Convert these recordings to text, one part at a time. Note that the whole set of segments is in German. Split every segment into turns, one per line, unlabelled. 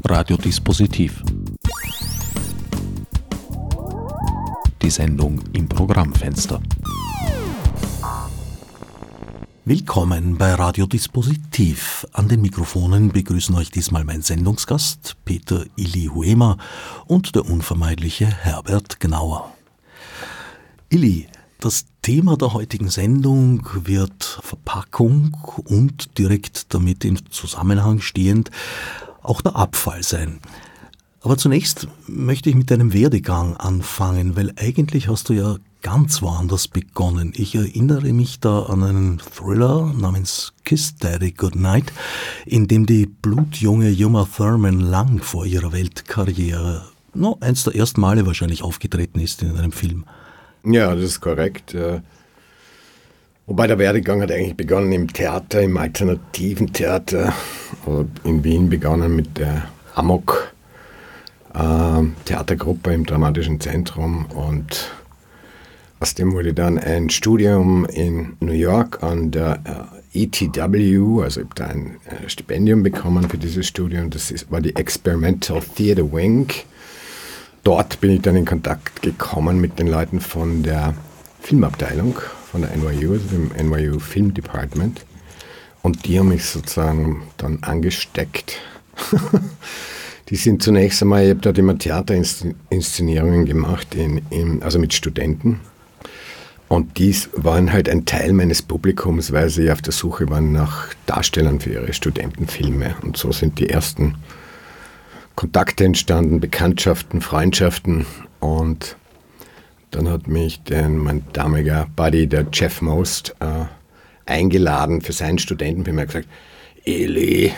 Radiodispositiv. Die Sendung im Programmfenster. Willkommen bei Radiodispositiv. An den Mikrofonen begrüßen euch diesmal mein Sendungsgast Peter Illi Huemer und der unvermeidliche Herbert Gnauer. Illi, das Thema der heutigen Sendung wird Verpackung und direkt damit in Zusammenhang stehend auch der Abfall sein. Aber zunächst möchte ich mit deinem Werdegang anfangen, weil eigentlich hast du ja ganz woanders begonnen. Ich erinnere mich da an einen Thriller namens Kiss Daddy Goodnight, in dem die blutjunge Uma Thurman lang vor ihrer Weltkarriere, eins der ersten Male wahrscheinlich aufgetreten ist in einem Film.
Ja, das ist korrekt. Wobei der Werdegang hat eigentlich begonnen im Theater, im alternativen Theater. Also in Wien begonnen mit der Amok Theatergruppe im Dramatischen Zentrum, und aus dem wurde dann ein Studium in New York an der ETW, also ich habe da ein Stipendium bekommen für dieses Studium. War die Experimental Theatre Wing. Dort bin ich dann in Kontakt gekommen mit den Leuten von der Filmabteilung von der NYU, also dem NYU Film Department. Und die haben mich sozusagen dann angesteckt. Die sind zunächst einmal, ich habe dort immer Theaterinszenierungen gemacht, also mit Studenten. Und dies waren halt ein Teil meines Publikums, weil sie auf der Suche waren nach Darstellern für ihre Studentenfilme. Und so sind die ersten Kontakte entstanden, Bekanntschaften, Freundschaften. Und dann hat mich mein damaliger Buddy, der Jeff Most, eingeladen für seinen Studentenfilm. Er hat gesagt, Eli,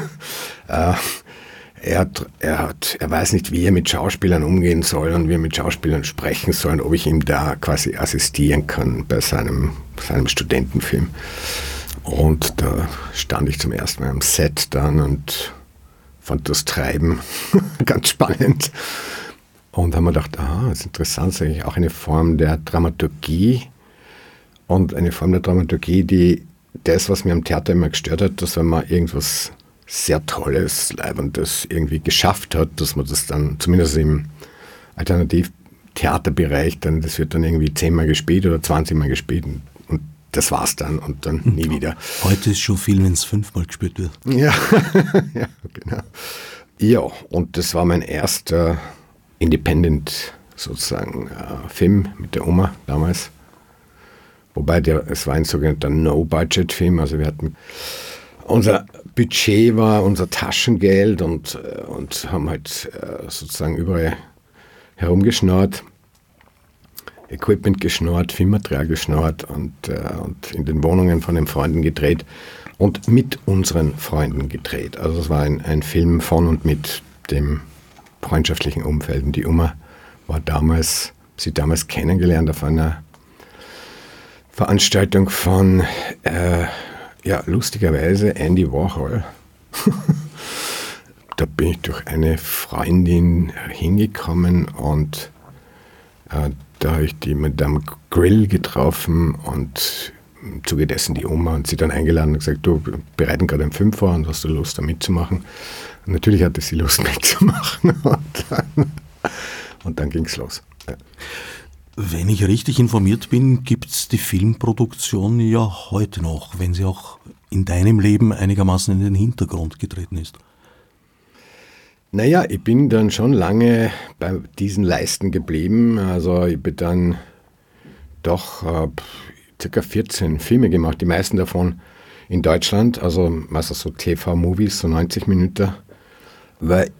er weiß nicht, wie er mit Schauspielern umgehen soll und wie er mit Schauspielern sprechen soll und ob ich ihm da quasi assistieren kann bei seinem Studentenfilm. Und da stand ich zum ersten Mal am Set dann und fand das Treiben ganz spannend. Und haben wir gedacht, das ist interessant, das ist eigentlich auch eine Form der Dramaturgie. Und eine Form der Dramaturgie, die das, was mir am Theater immer gestört hat, dass wenn man irgendwas sehr Tolles, Leibendes irgendwie geschafft hat, dass man das dann, zumindest im Alternativtheaterbereich, das wird dann irgendwie 10-mal gespielt oder 20-mal gespielt und das war's dann und dann nie wieder.
Heute ist schon viel, wenn es 5-mal gespielt wird.
Ja, ja, genau. Ja, und das war mein erster Independent sozusagen Film mit der Oma damals. Wobei es war ein sogenannter No-Budget-Film, also wir hatten unser Budget war unser Taschengeld und haben halt sozusagen überall herumgeschnort, Equipment geschnort, Filmmaterial geschnort und in den Wohnungen von den Freunden gedreht und mit unseren Freunden gedreht. Also es war ein Film von und mit dem freundschaftlichen Umfeld. Und die Oma war sie damals kennengelernt auf einer Veranstaltung von lustigerweise Andy Warhol. Da bin ich durch eine Freundin hingekommen und da habe ich die Madame Grill getroffen und im Zuge dessen die Oma und sie dann eingeladen und gesagt, du, wir bereiten gerade einen Film vor und hast du Lust, da mitzumachen? Und natürlich hatte sie Lust mitzumachen und dann ging es los. Ja.
Wenn ich richtig informiert bin, gibt es die Filmproduktion ja heute noch, wenn sie auch in deinem Leben einigermaßen in den Hintergrund getreten ist.
Naja, ich bin dann schon lange bei diesen Leisten geblieben. Also ich bin dann doch circa 14 Filme gemacht, die meisten davon in Deutschland, also meistens so TV-Movies, so 90 Minuten. Weil,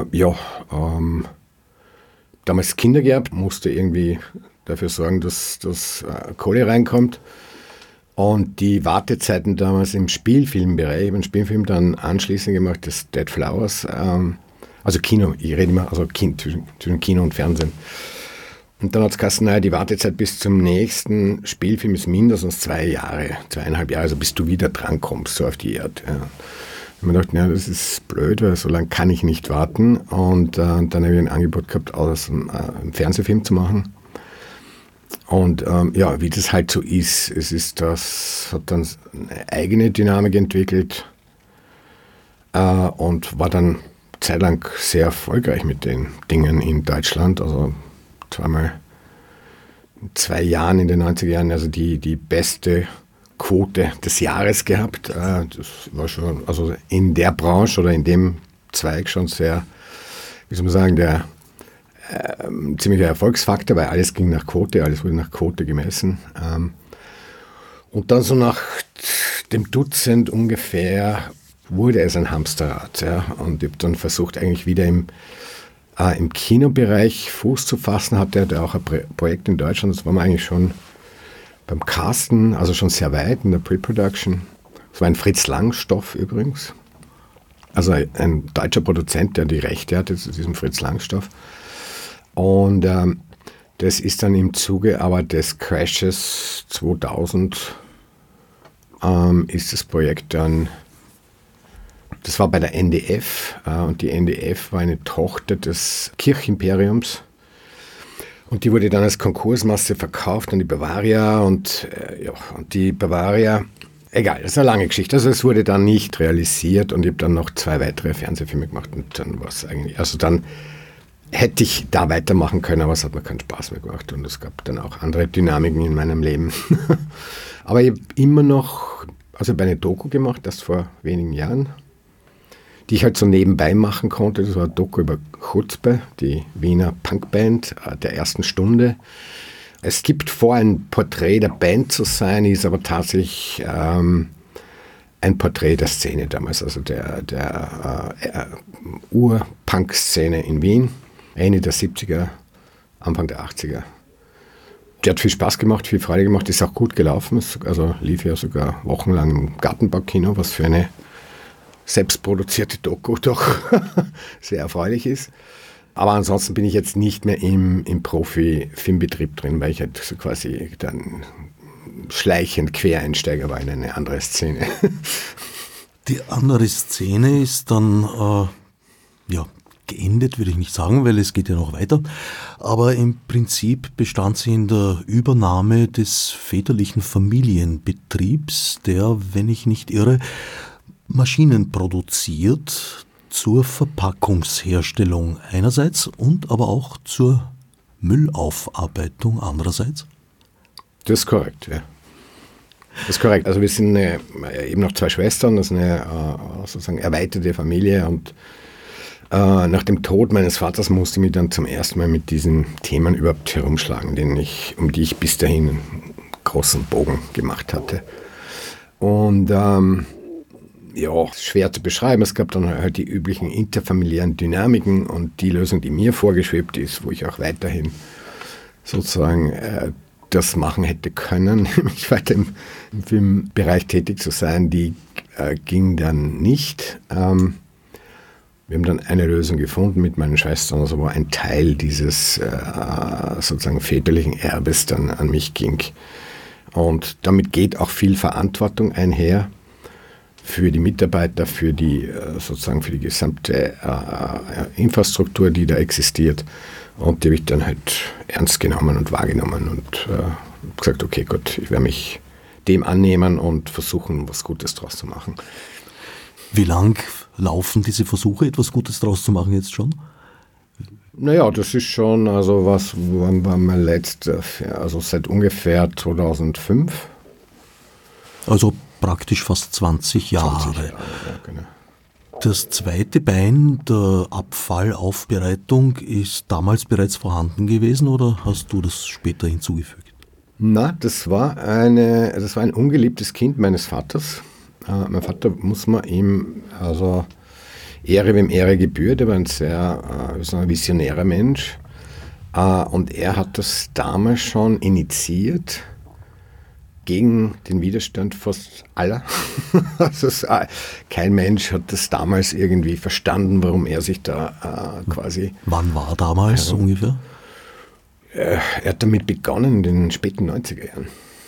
damals Kinder gehabt, musste irgendwie dafür sorgen, dass Kohle reinkommt. Und die Wartezeiten damals im Spielfilmbereich, ich habe einen Spielfilm dann anschließend gemacht, das Dead Flowers, also Kino, ich rede immer, also zwischen Kino und Fernsehen. Und dann hat es geheißen, die Wartezeit bis zum nächsten Spielfilm ist mindestens 2 Jahre, 2,5 Jahre, also bis du wieder drankommst, so auf die Erde. Ja. Und man dachte, das ist blöd, weil so lange kann ich nicht warten. Und dann habe ich ein Angebot gehabt, aus einem Fernsehfilm zu machen. Und wie das halt so ist, das hat dann eine eigene Dynamik entwickelt und war dann zeitlang sehr erfolgreich mit den Dingen in Deutschland. Also zweimal in 2 Jahren in den 90er Jahren, also die beste Quote des Jahres gehabt. Das war schon, also in der Branche oder in dem Zweig schon sehr, wie soll man sagen, der ziemlicher Erfolgsfaktor, weil alles ging nach Quote, alles wurde nach Quote gemessen. Und dann so nach dem Dutzend ungefähr wurde es ein Hamsterrad. Ja? Und ich habe dann versucht, eigentlich wieder im Kinobereich Fuß zu fassen. Hatte auch ein Projekt in Deutschland, das war mir eigentlich schon beim Casten, also schon sehr weit in der Pre-Production. Das war ein Fritz Lang-Stoff übrigens. Also ein deutscher Produzent, der die Rechte hatte zu diesem Fritz Lang-Stoff. Und das ist dann im Zuge aber des Crashes 2000 ist das Projekt dann, das war bei der NDF und die NDF war eine Tochter des Kirchimperiums und die wurde dann als Konkursmasse verkauft an die Bavaria und die Bavaria, egal, das ist eine lange Geschichte, also es wurde dann nicht realisiert und ich habe dann noch 2 weitere Fernsehfilme gemacht und dann war es eigentlich, also dann hätte ich da weitermachen können, aber es hat mir keinen Spaß mehr gemacht und es gab dann auch andere Dynamiken in meinem Leben. Aber ich habe immer noch, also eine Doku gemacht, das vor wenigen Jahren, die ich halt so nebenbei machen konnte. Das war eine Doku über Chutzpe, die Wiener Punkband der ersten Stunde. Es gibt vor, ein Porträt der Band zu sein, ist aber tatsächlich ein Porträt der Szene damals, also der Ur-Punk-Szene in Wien. Ende der 70er, Anfang der 80er. Die hat viel Spaß gemacht, viel Freude gemacht, ist auch gut gelaufen. Also lief ja sogar wochenlang im Gartenbaukino, was für eine selbstproduzierte Doku doch sehr erfreulich ist. Aber ansonsten bin ich jetzt nicht mehr im Profi-Filmbetrieb drin, weil ich halt so quasi dann schleichend Quereinsteiger war in eine andere Szene.
Die andere Szene ist dann, geendet, würde ich nicht sagen, weil es geht ja noch weiter. Aber im Prinzip bestand sie in der Übernahme des väterlichen Familienbetriebs, der, wenn ich nicht irre, Maschinen produziert zur Verpackungsherstellung einerseits und aber auch zur Müllaufarbeitung andererseits.
Das ist korrekt, ja. Das ist korrekt. Also wir sind eben noch 2 Schwestern, das ist eine sozusagen erweiterte Familie und nach dem Tod meines Vaters musste ich mich dann zum ersten Mal mit diesen Themen überhaupt herumschlagen, um die ich bis dahin einen großen Bogen gemacht hatte. Und schwer zu beschreiben. Es gab dann halt die üblichen interfamiliären Dynamiken und die Lösung, die mir vorgeschwebt ist, wo ich auch weiterhin sozusagen das machen hätte können, nämlich weiter im Filmbereich tätig zu sein, die ging dann nicht. Wir haben dann eine Lösung gefunden mit meinen Schwestern, also wo ein Teil dieses sozusagen väterlichen Erbes dann an mich ging. Und damit geht auch viel Verantwortung einher für die Mitarbeiter, für die sozusagen für die gesamte Infrastruktur, die da existiert. Und die habe ich dann halt ernst genommen und wahrgenommen und gesagt, okay, gut, ich werde mich dem annehmen und versuchen, was Gutes draus zu machen.
Wie lang laufen diese Versuche, etwas Gutes draus zu machen jetzt schon?
Naja, das ist schon, also wann war mein letzter, also seit ungefähr 2005.
Also praktisch fast 20 Jahre.
20 Jahre, ja, genau.
Das zweite Bein der Abfallaufbereitung ist damals bereits vorhanden gewesen oder hast du das später hinzugefügt?
Na, das war ein ungeliebtes Kind meines Vaters. Mein Vater muss man ihm, also Ehre wem Ehre gebührt, er war ein sehr visionärer Mensch und er hat das damals schon initiiert, gegen den Widerstand fast aller. Also kein Mensch hat das damals irgendwie verstanden, warum er sich da quasi...
Wann war damals ungefähr?
Er hat damit begonnen in den späten 90er Jahren.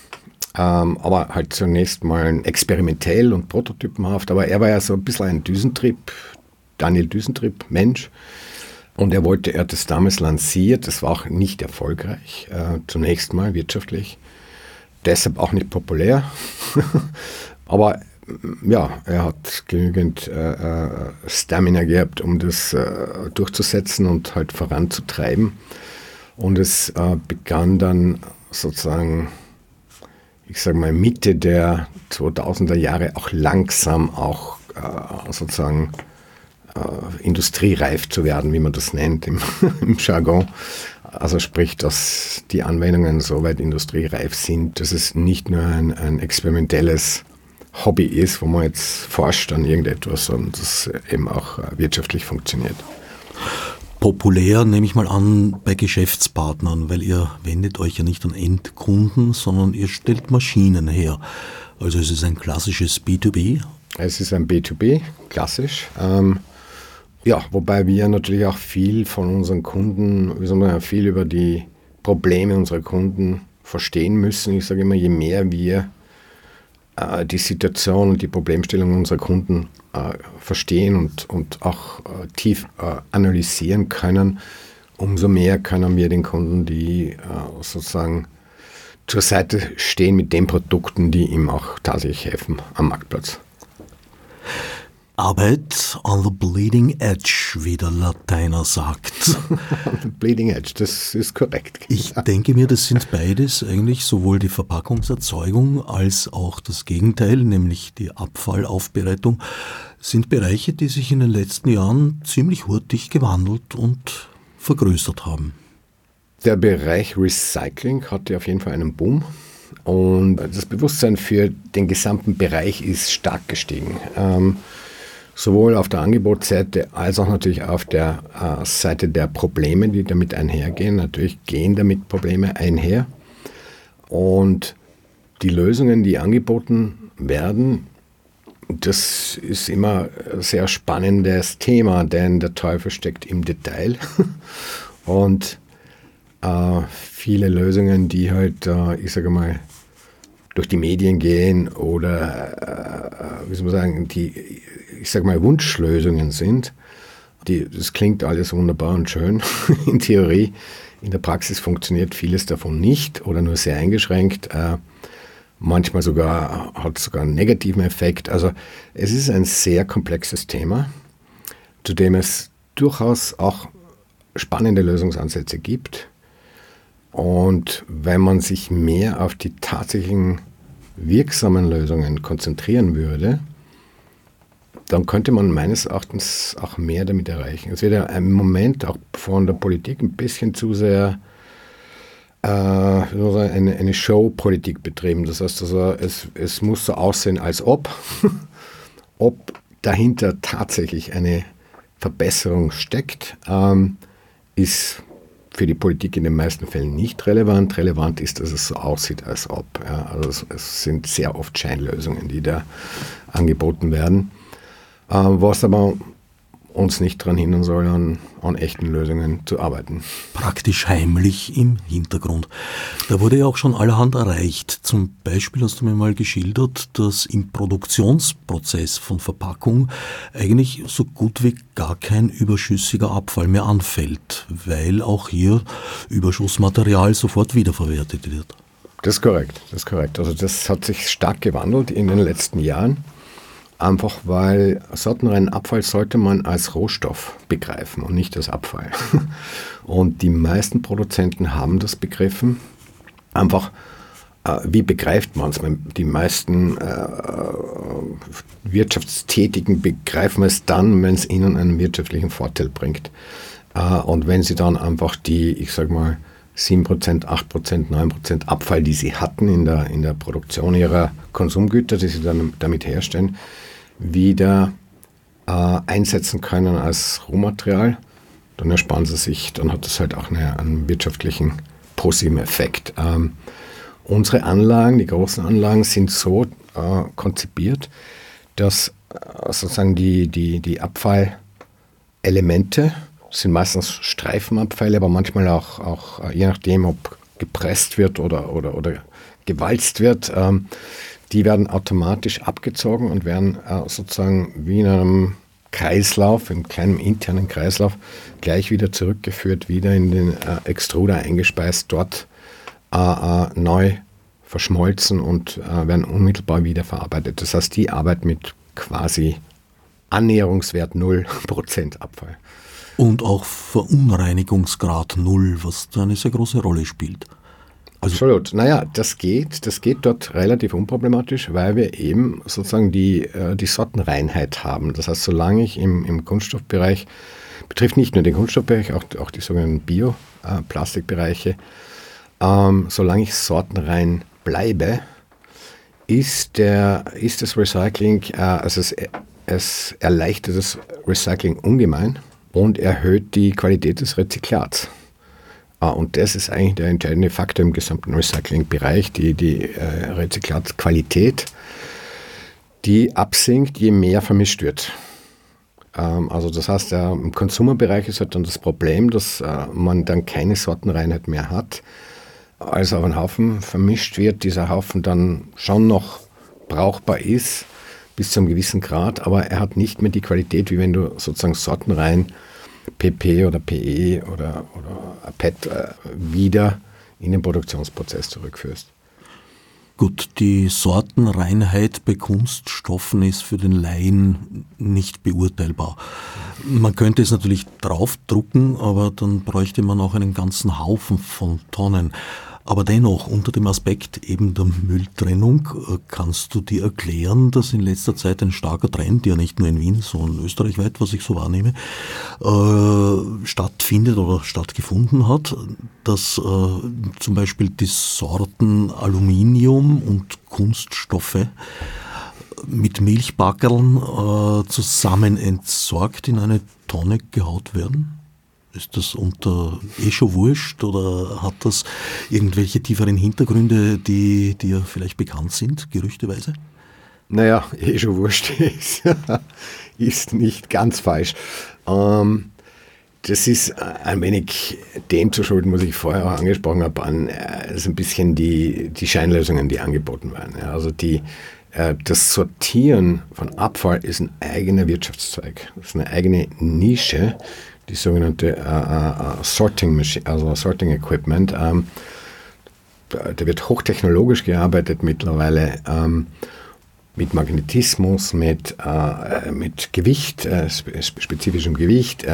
Aber halt zunächst mal experimentell und prototypenhaft. Aber er war ja so ein bisschen ein Daniel Düsentrieb-Mensch. Und er hat das damals lanciert. Das war auch nicht erfolgreich, zunächst mal wirtschaftlich. Deshalb auch nicht populär. Aber ja, er hat genügend Stamina gehabt, um das durchzusetzen und halt voranzutreiben. Und es begann dann sozusagen, ich sage mal, Mitte der 2000er Jahre auch langsam auch sozusagen industriereif zu werden, wie man das nennt im Jargon. Also sprich, dass die Anwendungen soweit industriereif sind, dass es nicht nur ein experimentelles Hobby ist, wo man jetzt forscht an irgendetwas, sondern dass es eben auch wirtschaftlich funktioniert.
Populär, nehme ich mal an, bei Geschäftspartnern, weil ihr wendet euch ja nicht an Endkunden, sondern ihr stellt Maschinen her. Also es ist ein klassisches B2B?
Es ist ein B2B, klassisch. Ja, wobei wir natürlich auch viel von unseren Kunden, viel über die Probleme unserer Kunden verstehen müssen. Ich sage immer, je mehr wir die Situation und die Problemstellung unserer Kunden verstehen und auch tief analysieren können, umso mehr können wir den Kunden, die sozusagen zur Seite stehen mit den Produkten, die ihm auch tatsächlich helfen am Marktplatz.
Arbeit on the bleeding edge, wie der Lateiner sagt.
On the bleeding edge, das ist korrekt.
Ich denke mir, das sind beides eigentlich, sowohl die Verpackungserzeugung als auch das Gegenteil, nämlich die Abfallaufbereitung, sind Bereiche, die sich in den letzten Jahren ziemlich hurtig gewandelt und vergrößert haben.
Der Bereich Recycling hatte auf jeden Fall einen Boom und das Bewusstsein für den gesamten Bereich ist stark gestiegen. Sowohl auf der Angebotsseite als auch natürlich auf der Seite der Probleme, die damit einhergehen. Natürlich gehen damit Probleme einher. Und die Lösungen, die angeboten werden, das ist immer ein sehr spannendes Thema, denn der Teufel steckt im Detail. Und viele Lösungen, die halt, ich sage mal, durch die Medien gehen oder, wie soll man sagen, die, ich sage mal, Wunschlösungen sind. Das klingt alles wunderbar und schön in Theorie. In der Praxis funktioniert vieles davon nicht oder nur sehr eingeschränkt. Manchmal hat es sogar einen negativen Effekt. Also es ist ein sehr komplexes Thema, zu dem es durchaus auch spannende Lösungsansätze gibt. Und wenn man sich mehr auf die tatsächlichen wirksamen Lösungen konzentrieren würde, dann könnte man meines Erachtens auch mehr damit erreichen. Es wird ja im Moment auch von der Politik ein bisschen zu sehr eine Showpolitik betrieben. Das heißt also, es muss so aussehen, als ob dahinter tatsächlich eine Verbesserung steckt, ist für die Politik in den meisten Fällen nicht relevant. Relevant ist, dass es so aussieht, als ob. Ja, also es sind sehr oft Scheinlösungen, die da angeboten werden. Was aber uns nicht daran hindern soll, an echten Lösungen zu arbeiten.
Praktisch heimlich im Hintergrund. Da wurde ja auch schon allerhand erreicht. Zum Beispiel hast du mir mal geschildert, dass im Produktionsprozess von Verpackung eigentlich so gut wie gar kein überschüssiger Abfall mehr anfällt, weil auch hier Überschussmaterial sofort wiederverwertet wird.
Das ist korrekt. Also das hat sich stark gewandelt in den letzten Jahren. Einfach weil sortenreinen Abfall sollte man als Rohstoff begreifen und nicht als Abfall. Und die meisten Produzenten haben das begriffen. Einfach, wie begreift man es? Die meisten Wirtschaftstätigen begreifen es dann, wenn es ihnen einen wirtschaftlichen Vorteil bringt. Und wenn sie dann einfach die, ich sage mal, 7%, 8%, 9% Abfall, die sie hatten in der Produktion ihrer Konsumgüter, die sie dann damit herstellen, wieder einsetzen können als Rohmaterial, dann ersparen sie sich, dann hat das halt auch einen wirtschaftlichen positiven Effekt. Unsere Anlagen, die großen Anlagen, sind so konzipiert, dass sozusagen die Abfallelemente sind meistens Streifenabfälle, aber manchmal auch je nachdem, ob gepresst wird oder gewalzt wird, die werden automatisch abgezogen und werden sozusagen wie in einem Kreislauf, im kleinen internen Kreislauf, gleich wieder zurückgeführt, wieder in den Extruder eingespeist, dort neu verschmolzen und werden unmittelbar wiederverarbeitet. Das heißt, die Arbeit mit quasi Annäherungswert 0% Abfall.
Und auch Verunreinigungsgrad 0, was da eine sehr große Rolle spielt.
Absolut. Naja, das geht dort relativ unproblematisch, weil wir eben sozusagen die Sortenreinheit haben. Das heißt, solange ich im Kunststoffbereich, betrifft nicht nur den Kunststoffbereich, auch die sogenannten Bioplastikbereiche, solange ich sortenrein bleibe, ist das Recycling, also es erleichtert das Recycling ungemein und erhöht die Qualität des Rezyklats. Und das ist eigentlich der entscheidende Faktor im gesamten Recyclingbereich, die Rezyklatsqualität, die absinkt, je mehr vermischt wird. Also das heißt, im Konsumerbereich ist halt dann das Problem, dass man dann keine Sortenreinheit mehr hat. Als auf einen Haufen vermischt wird, dieser Haufen dann schon noch brauchbar ist, bis zu einem gewissen Grad, aber er hat nicht mehr die Qualität, wie wenn du sozusagen sortenrein PP oder PE oder PET wieder in den Produktionsprozess zurückführst.
Gut, die Sortenreinheit bei Kunststoffen ist für den Laien nicht beurteilbar. Man könnte es natürlich draufdrucken, aber dann bräuchte man auch einen ganzen Haufen von Tonnen. Aber dennoch, unter dem Aspekt eben der Mülltrennung, kannst du dir erklären, dass in letzter Zeit ein starker Trend, ja nicht nur in Wien, sondern österreichweit, was ich so wahrnehme, stattfindet oder stattgefunden hat, dass zum Beispiel die Sorten Aluminium und Kunststoffe mit Milchbackerln zusammen entsorgt in eine Tonne gehaut werden? Ist das unter schon wurscht oder hat das irgendwelche tieferen Hintergründe, die dir vielleicht bekannt sind, gerüchteweise?
Naja, schon wurscht ist nicht ganz falsch. Das ist ein wenig dem zu schulden, was ich vorher auch angesprochen habe, also ein bisschen die Scheinlösungen, die angeboten werden. Ja, also das Sortieren von Abfall ist ein eigener Wirtschaftszweig, das ist eine eigene Nische, die sogenannte Sorting Machine, also Sorting Equipment. Da wird hochtechnologisch gearbeitet mittlerweile, mit Magnetismus, mit Gewicht, spezifischem Gewicht,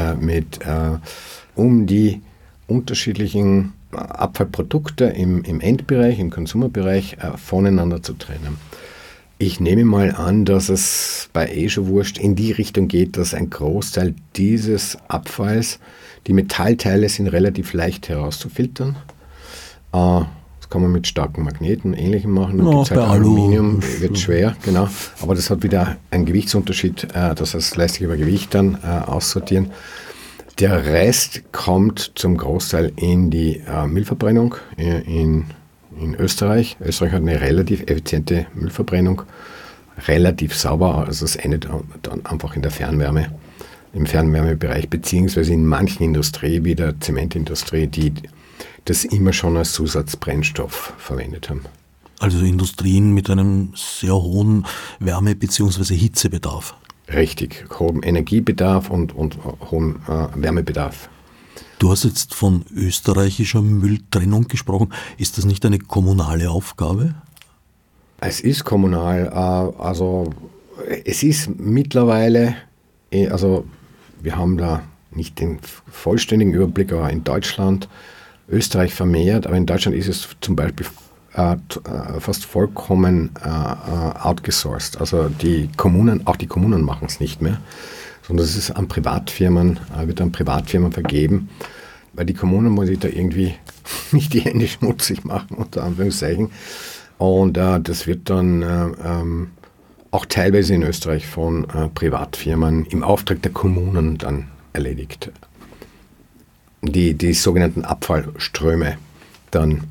um die unterschiedlichen Abfallprodukte im Endbereich, im Konsumerbereich voneinander zu trennen. Ich nehme mal an, dass es bei schon wurscht in die Richtung geht, dass ein Großteil dieses Abfalls, die Metallteile sind relativ leicht herauszufiltern. Das kann man mit starken Magneten und Ähnlichem machen. Dann gibt's halt Aluminium, wird schwer, genau. Aber das hat wieder einen Gewichtsunterschied, das heißt, es lässt sich über Gewicht dann aussortieren. Der Rest kommt zum Großteil in die Müllverbrennung in Österreich. Österreich hat eine relativ effiziente Müllverbrennung, relativ sauber, also es endet dann einfach in der Fernwärme, im Fernwärmebereich, beziehungsweise in manchen Industrien, wie der Zementindustrie, die das immer schon als Zusatzbrennstoff verwendet haben.
Also Industrien mit einem sehr hohen Wärme- bzw. Hitzebedarf.
Richtig, hohem Energiebedarf und hohem Wärmebedarf.
Du hast jetzt von österreichischer Mülltrennung gesprochen. Ist das nicht eine kommunale Aufgabe?
Es ist kommunal. Also es ist mittlerweile, also wir haben da nicht den vollständigen Überblick, aber in Deutschland, Österreich vermehrt, aber in Deutschland ist es zum Beispiel fast vollkommen outgesourced. Also auch die Kommunen machen es nicht mehr, sondern es ist an Privatfirmen, wird an Privatfirmen vergeben, weil die Kommunen wollen sich da irgendwie nicht die Hände schmutzig machen, unter Anführungszeichen. Und das wird dann auch teilweise in Österreich von Privatfirmen im Auftrag der Kommunen dann erledigt. Die sogenannten Abfallströme dann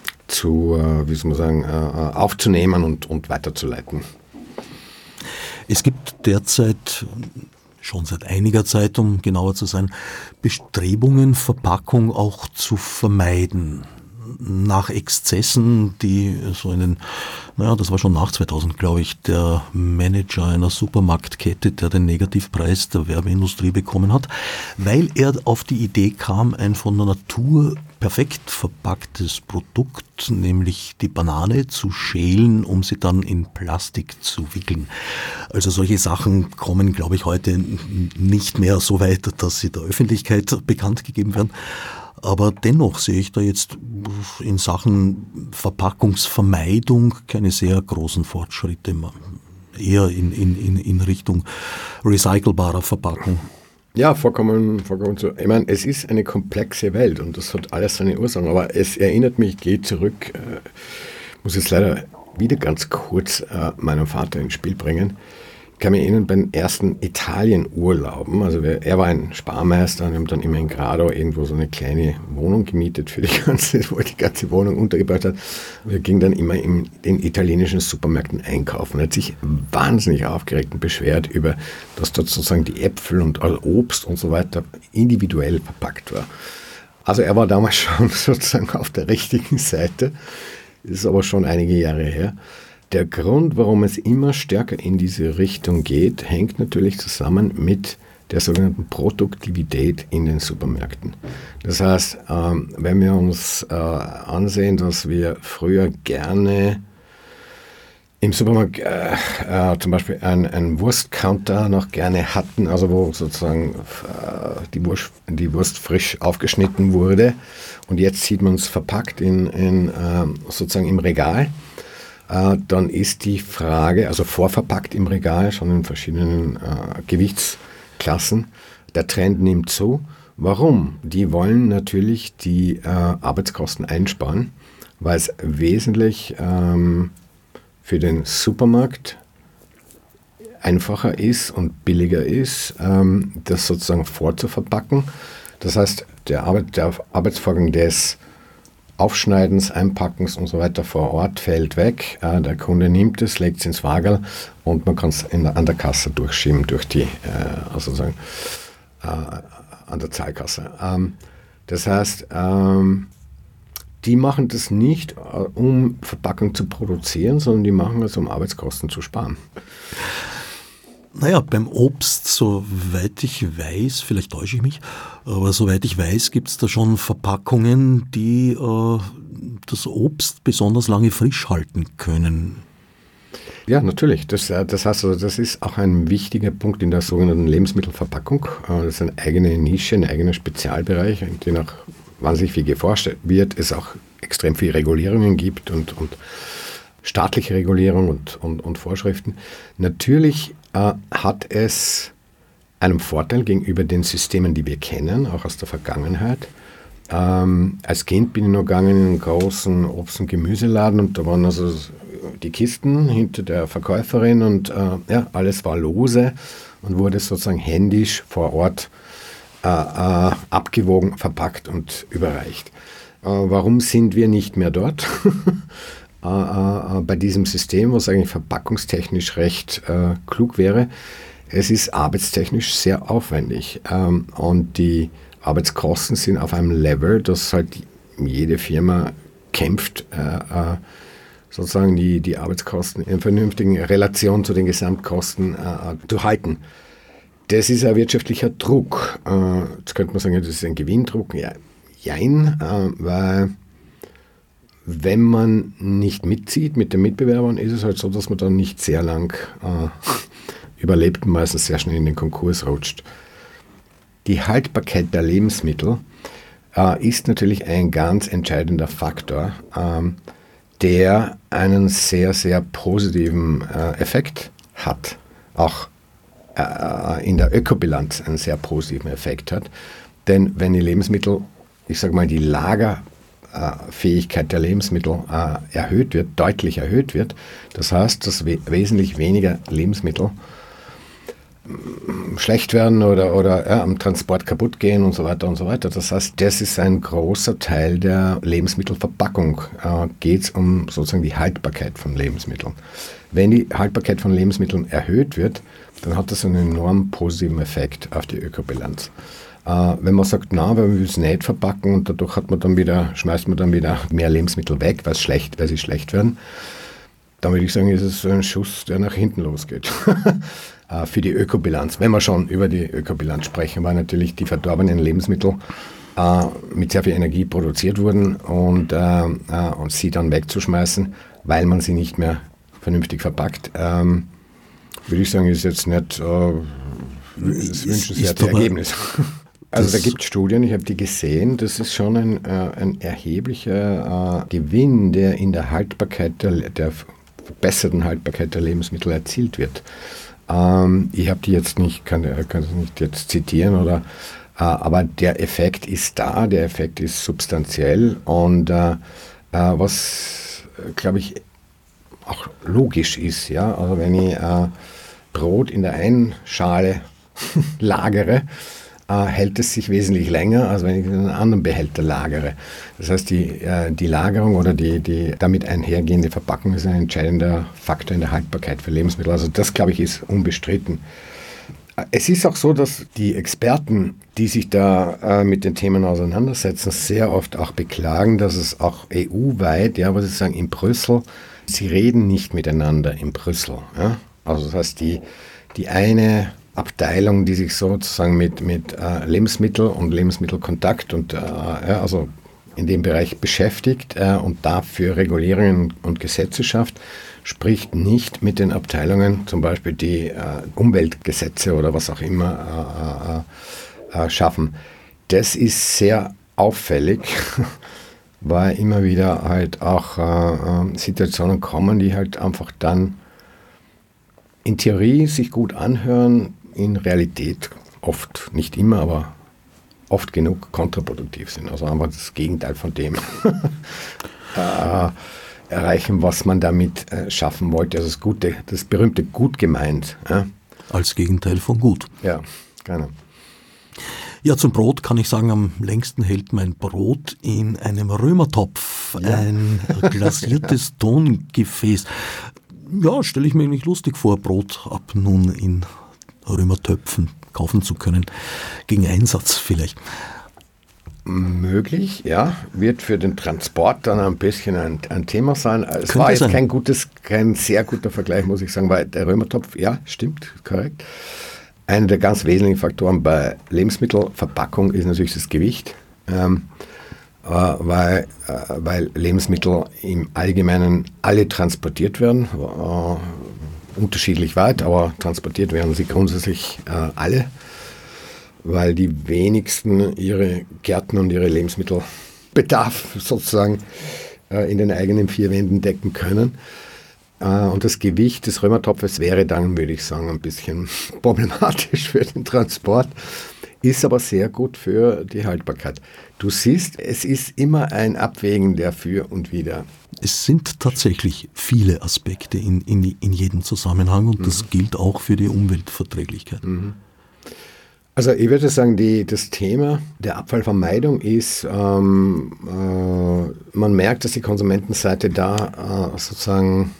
aufzunehmen und weiterzuleiten.
Es gibt derzeit, schon seit einiger Zeit, um genauer zu sein, Bestrebungen, Verpackung auch zu vermeiden. nach Exzessen, die so das war schon nach 2000, glaube ich, der Manager einer Supermarktkette, der den Negativpreis der Werbeindustrie bekommen hat, weil er auf die Idee kam, ein von der Natur perfekt verpacktes Produkt, nämlich die Banane, zu schälen, um sie dann in Plastik zu wickeln. Also solche Sachen kommen, glaube ich, heute nicht mehr so weit, dass sie der Öffentlichkeit bekannt gegeben werden. Aber dennoch sehe ich da jetzt in Sachen Verpackungsvermeidung keine sehr großen Fortschritte, eher in Richtung recycelbarer Verpackung.
Ja, vollkommen so. Ich meine, es ist eine komplexe Welt und das hat alles seine Ursachen, aber es erinnert mich, ich gehe zurück, muss jetzt leider wieder ganz kurz meinen Vater ins Spiel bringen. Ich kann mich erinnern, bei den ersten Italien-Urlauben, also er war ein Sparmeister und wir haben dann immer in Grado irgendwo so eine kleine Wohnung gemietet für wo er die ganze Wohnung untergebracht hat. Wir gingen dann immer in den italienischen Supermärkten einkaufen. Er hat sich wahnsinnig aufgeregt und beschwert über, dass dort sozusagen die Äpfel und Obst und so weiter individuell verpackt war. Also er war damals schon sozusagen auf der richtigen Seite, ist aber schon einige Jahre her. Der Grund, warum es immer stärker in diese Richtung geht, hängt natürlich zusammen mit der sogenannten Produktivität in den Supermärkten. Das heißt, wenn wir uns ansehen, dass wir früher gerne im Supermarkt zum Beispiel einen Wurstcounter noch gerne hatten, also wo sozusagen die Wurst frisch aufgeschnitten wurde und jetzt sieht man es verpackt sozusagen im Regal. Dann ist die Frage, also vorverpackt im Regal, schon in verschiedenen Gewichtsklassen, der Trend nimmt zu. Warum? Die wollen natürlich die Arbeitskosten einsparen, weil es wesentlich für den Supermarkt einfacher ist und billiger ist, das sozusagen vorzuverpacken. Das heißt, der Arbeitsvorgang des Aufschneidens, Einpackens und so weiter vor Ort fällt weg. Der Kunde nimmt es, legt es ins Wagerl und man kann es an der Kasse durchschieben, durch die, sozusagen an der Zahlkasse. Das heißt, die machen das nicht, um Verpackung zu produzieren, sondern die machen es, um Arbeitskosten zu sparen.
Naja, beim Obst, soweit ich weiß, vielleicht täusche ich mich, aber soweit ich weiß, gibt es da schon Verpackungen, die das Obst besonders lange frisch halten können.
Ja, natürlich. Das heißt also, das ist auch ein wichtiger Punkt in der sogenannten Lebensmittelverpackung. Das ist eine eigene Nische, ein eigener Spezialbereich, in dem auch wahnsinnig viel geforscht wird, es auch extrem viele Regulierungen gibt und staatliche Regulierung und Vorschriften. Natürlich hat es einen Vorteil gegenüber den Systemen, die wir kennen, auch aus der Vergangenheit. Als Kind bin ich noch gegangen in einen großen Obst- und Gemüseladen und da waren also die Kisten hinter der Verkäuferin und alles war lose und wurde sozusagen händisch vor Ort abgewogen, verpackt und überreicht. Warum sind wir nicht mehr dort? Bei diesem System, was eigentlich verpackungstechnisch recht klug wäre. Es ist arbeitstechnisch sehr aufwendig und die Arbeitskosten sind auf einem Level, dass halt jede Firma kämpft, sozusagen die Arbeitskosten in vernünftigen Relation zu den Gesamtkosten zu halten. Das ist ein wirtschaftlicher Druck. Jetzt könnte man sagen, das ist ein Gewinndruck. Ja, jein, weil wenn man nicht mitzieht mit den Mitbewerbern, ist es halt so, dass man dann nicht sehr lang überlebt und meistens sehr schnell in den Konkurs rutscht. Die Haltbarkeit der Lebensmittel ist natürlich ein ganz entscheidender Faktor, der einen sehr, sehr positiven Effekt hat. Auch in der Ökobilanz einen sehr positiven Effekt hat. Denn wenn die Lebensmittel, ich sage mal, die Lagerfähigkeit der Lebensmittel erhöht wird, deutlich erhöht wird, das heißt, dass wesentlich weniger Lebensmittel schlecht werden oder am Transport kaputt gehen und so weiter und so weiter. Das heißt, das ist ein großer Teil der Lebensmittelverpackung. Geht es um sozusagen die Haltbarkeit von Lebensmitteln. Wenn die Haltbarkeit von Lebensmitteln erhöht wird, dann hat das einen enorm positiven Effekt auf die Ökobilanz. Wenn man sagt, na, wir will es nicht verpacken und dadurch schmeißt man dann wieder mehr Lebensmittel weg, weil sie schlecht werden, dann würde ich sagen, ist es so ein Schuss, der nach hinten losgeht. Für die Ökobilanz. Wenn wir schon über die Ökobilanz sprechen, weil natürlich die verdorbenen Lebensmittel mit sehr viel Energie produziert wurden und sie dann wegzuschmeißen, weil man sie nicht mehr vernünftig verpackt, würde ich sagen, ist jetzt nicht das wünschenswerte Ergebnis. Also da gibt es Studien, ich habe die gesehen, das ist schon ein erheblicher Gewinn, der in der Haltbarkeit, der verbesserten Haltbarkeit der Lebensmittel erzielt wird. Ich habe die jetzt nicht, kann es nicht jetzt zitieren, aber der Effekt ist da, der Effekt ist substanziell und was, glaube ich, auch logisch ist, ja, also wenn ich Brot in der einen Schale lagere, hält es sich wesentlich länger, als wenn ich in einen anderen Behälter lagere. Das heißt, die Lagerung oder die damit einhergehende Verpackung ist ein entscheidender Faktor in der Haltbarkeit für Lebensmittel. Also das, glaube ich, ist unbestritten. Es ist auch so, dass die Experten, die sich da mit den Themen auseinandersetzen, sehr oft auch beklagen, dass es auch EU-weit, ja, was ich sagen, in Brüssel, sie reden nicht miteinander in Brüssel. Ja? Also das heißt, die eine Abteilung, die sich sozusagen mit Lebensmittel und Lebensmittelkontakt und also in dem Bereich beschäftigt und dafür Regulierungen und Gesetze schafft, spricht nicht mit den Abteilungen, zum Beispiel die Umweltgesetze oder was auch immer schaffen. Das ist sehr auffällig, weil immer wieder halt auch Situationen kommen, die halt einfach dann in Theorie sich gut anhören, in Realität oft, nicht immer, aber oft genug kontraproduktiv sind. Also einfach das Gegenteil von dem erreichen, was man damit schaffen wollte. Also das berühmte gut gemeint. Ja?
Als Gegenteil von gut.
Ja, genau.
Ja, zum Brot kann ich sagen, am längsten hält mein Brot in einem Römertopf, ein glasiertes Tongefäß. Ja, stelle ich mir nicht lustig vor, Brot ab nun in Römertöpfen kaufen zu können, gegen Einsatz vielleicht.
Möglich, ja, wird für den Transport dann ein bisschen ein Thema sein. Es war jetzt kein sehr guter Vergleich, muss ich sagen, weil der Römertopf, ja, stimmt, korrekt. Einer der ganz wesentlichen Faktoren bei Lebensmittelverpackung ist natürlich das Gewicht, weil Lebensmittel im Allgemeinen alle transportiert werden, unterschiedlich weit, aber transportiert werden sie grundsätzlich alle, weil die wenigsten ihre Gärten und ihre Lebensmittelbedarf sozusagen in den eigenen vier Wänden decken können. Und das Gewicht des Römertopfes wäre dann, würde ich sagen, ein bisschen problematisch für den Transport, ist aber sehr gut für die Haltbarkeit. Du siehst, es ist immer ein Abwägen dafür und wider.
Es sind tatsächlich viele Aspekte in jedem Zusammenhang und das gilt auch für die Umweltverträglichkeit.
Also ich würde sagen, das Thema der Abfallvermeidung ist, man merkt, dass die Konsumentenseite da sozusagen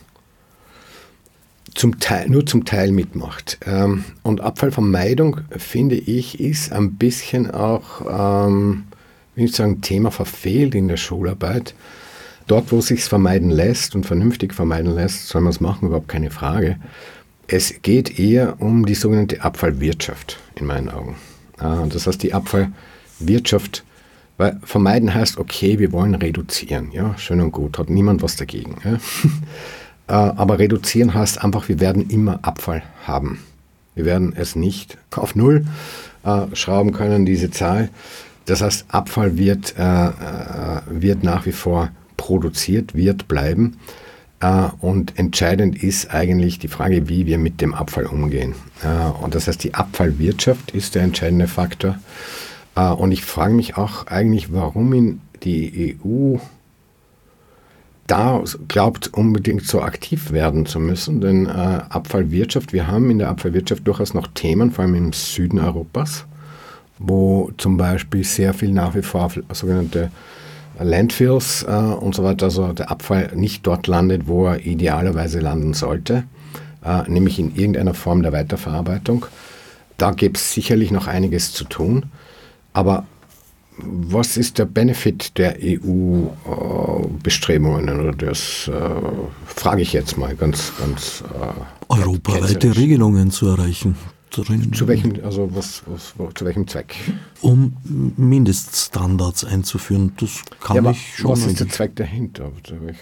nur zum Teil mitmacht. Und Abfallvermeidung, finde ich, ist ein bisschen auch, will ich sagen, Thema verfehlt in der Schularbeit. Dort, wo es sich vermeiden lässt und vernünftig vermeiden lässt, soll man es machen, überhaupt keine Frage. Es geht eher um die sogenannte Abfallwirtschaft, in meinen Augen. Das heißt, die Abfallwirtschaft, weil vermeiden heißt, okay, wir wollen reduzieren. Ja, schön und gut, hat niemand was dagegen. Ja. Aber reduzieren heißt einfach, wir werden immer Abfall haben. Wir werden es nicht auf Null schrauben können, diese Zahl. Das heißt, Abfall wird nach wie vor produziert, wird bleiben. Und entscheidend ist eigentlich die Frage, wie wir mit dem Abfall umgehen. Und das heißt, die Abfallwirtschaft ist der entscheidende Faktor. Und ich frage mich auch eigentlich, warum die EU da glaubt, unbedingt so aktiv werden zu müssen. Denn Abfallwirtschaft, wir haben in der Abfallwirtschaft durchaus noch Themen, vor allem im Süden Europas, wo zum Beispiel sehr viel nach wie vor sogenannte Landfills und so weiter, also der Abfall nicht dort landet, wo er idealerweise landen sollte, nämlich in irgendeiner Form der Weiterverarbeitung. Da gibt es sicherlich noch einiges zu tun. Aber was ist der Benefit der EU-Bestrebungen? Oder das frage ich jetzt mal ganz
europaweite Regelungen zu erreichen.
Zu welchem, zu welchem Zweck?
Um Mindeststandards einzuführen. Das kann ich schon.
Was ist der Zweck dahinter?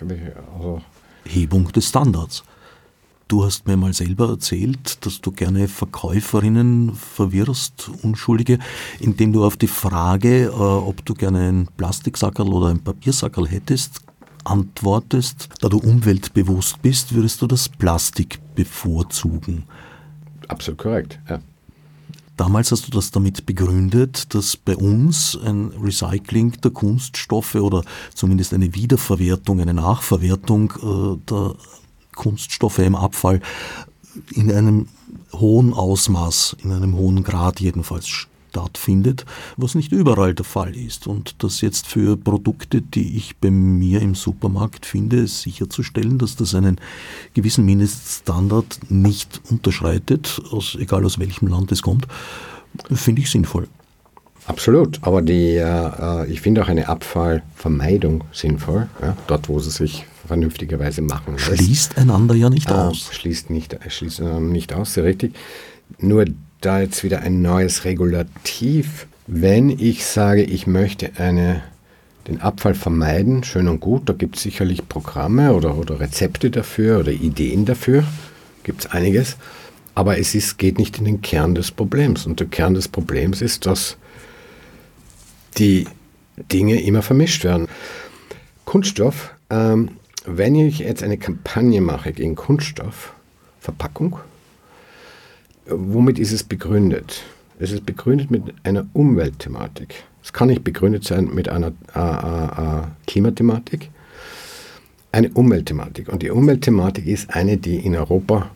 Hebung des Standards. Du hast mir mal selber erzählt, dass du gerne Verkäuferinnen verwirrst, Unschuldige, indem du auf die Frage, ob du gerne einen Plastiksackerl oder einen Papiersackerl hättest, antwortest, da du umweltbewusst bist, würdest du das Plastik bevorzugen.
Absolut korrekt, ja.
Damals hast du das damit begründet, dass bei uns ein Recycling der Kunststoffe oder zumindest eine Wiederverwertung, eine Nachverwertung der Kunststoffe im Abfall in einem hohen Ausmaß, in einem hohen Grad jedenfalls stattfindet, was nicht überall der Fall ist. Und das jetzt für Produkte, die ich bei mir im Supermarkt finde, sicherzustellen, dass das einen gewissen Mindeststandard nicht unterschreitet, egal aus welchem Land es kommt, finde ich sinnvoll.
Absolut, aber ich finde auch eine Abfallvermeidung sinnvoll, ja, dort wo sie sich vernünftigerweise machen lässt.
Schließt einander ja nicht aus.
Schließt nicht aus, sehr richtig. Nur da jetzt wieder ein neues Regulativ. Wenn ich sage, ich möchte den Abfall vermeiden, schön und gut, da gibt es sicherlich Programme oder Rezepte dafür oder Ideen dafür, gibt es einiges, aber es geht nicht in den Kern des Problems. Und der Kern des Problems ist, dass die Dinge immer vermischt werden. Kunststoff, wenn ich jetzt eine Kampagne mache gegen Kunststoffverpackung, womit ist es begründet? Es ist begründet mit einer Umweltthematik. Es kann nicht begründet sein mit einer Klimathematik. Eine Umweltthematik. Und die Umweltthematik ist eine, die in Europa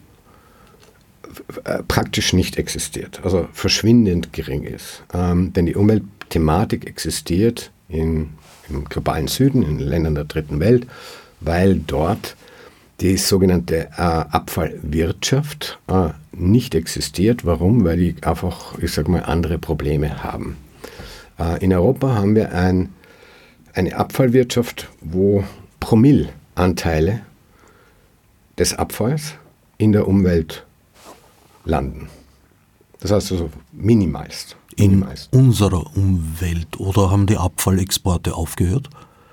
praktisch nicht existiert, also verschwindend gering ist. Denn die Umweltthematik existiert im globalen Süden, in Ländern der dritten Welt, weil dort die sogenannte Abfallwirtschaft nicht existiert. Warum? Weil die einfach, ich sage mal, andere Probleme haben. In Europa haben wir eine Abfallwirtschaft, wo Promillanteile des Abfalls in der Umwelt landen. Das heißt also minimalst.
In unserer Umwelt, oder haben die Abfallexporte aufgehört?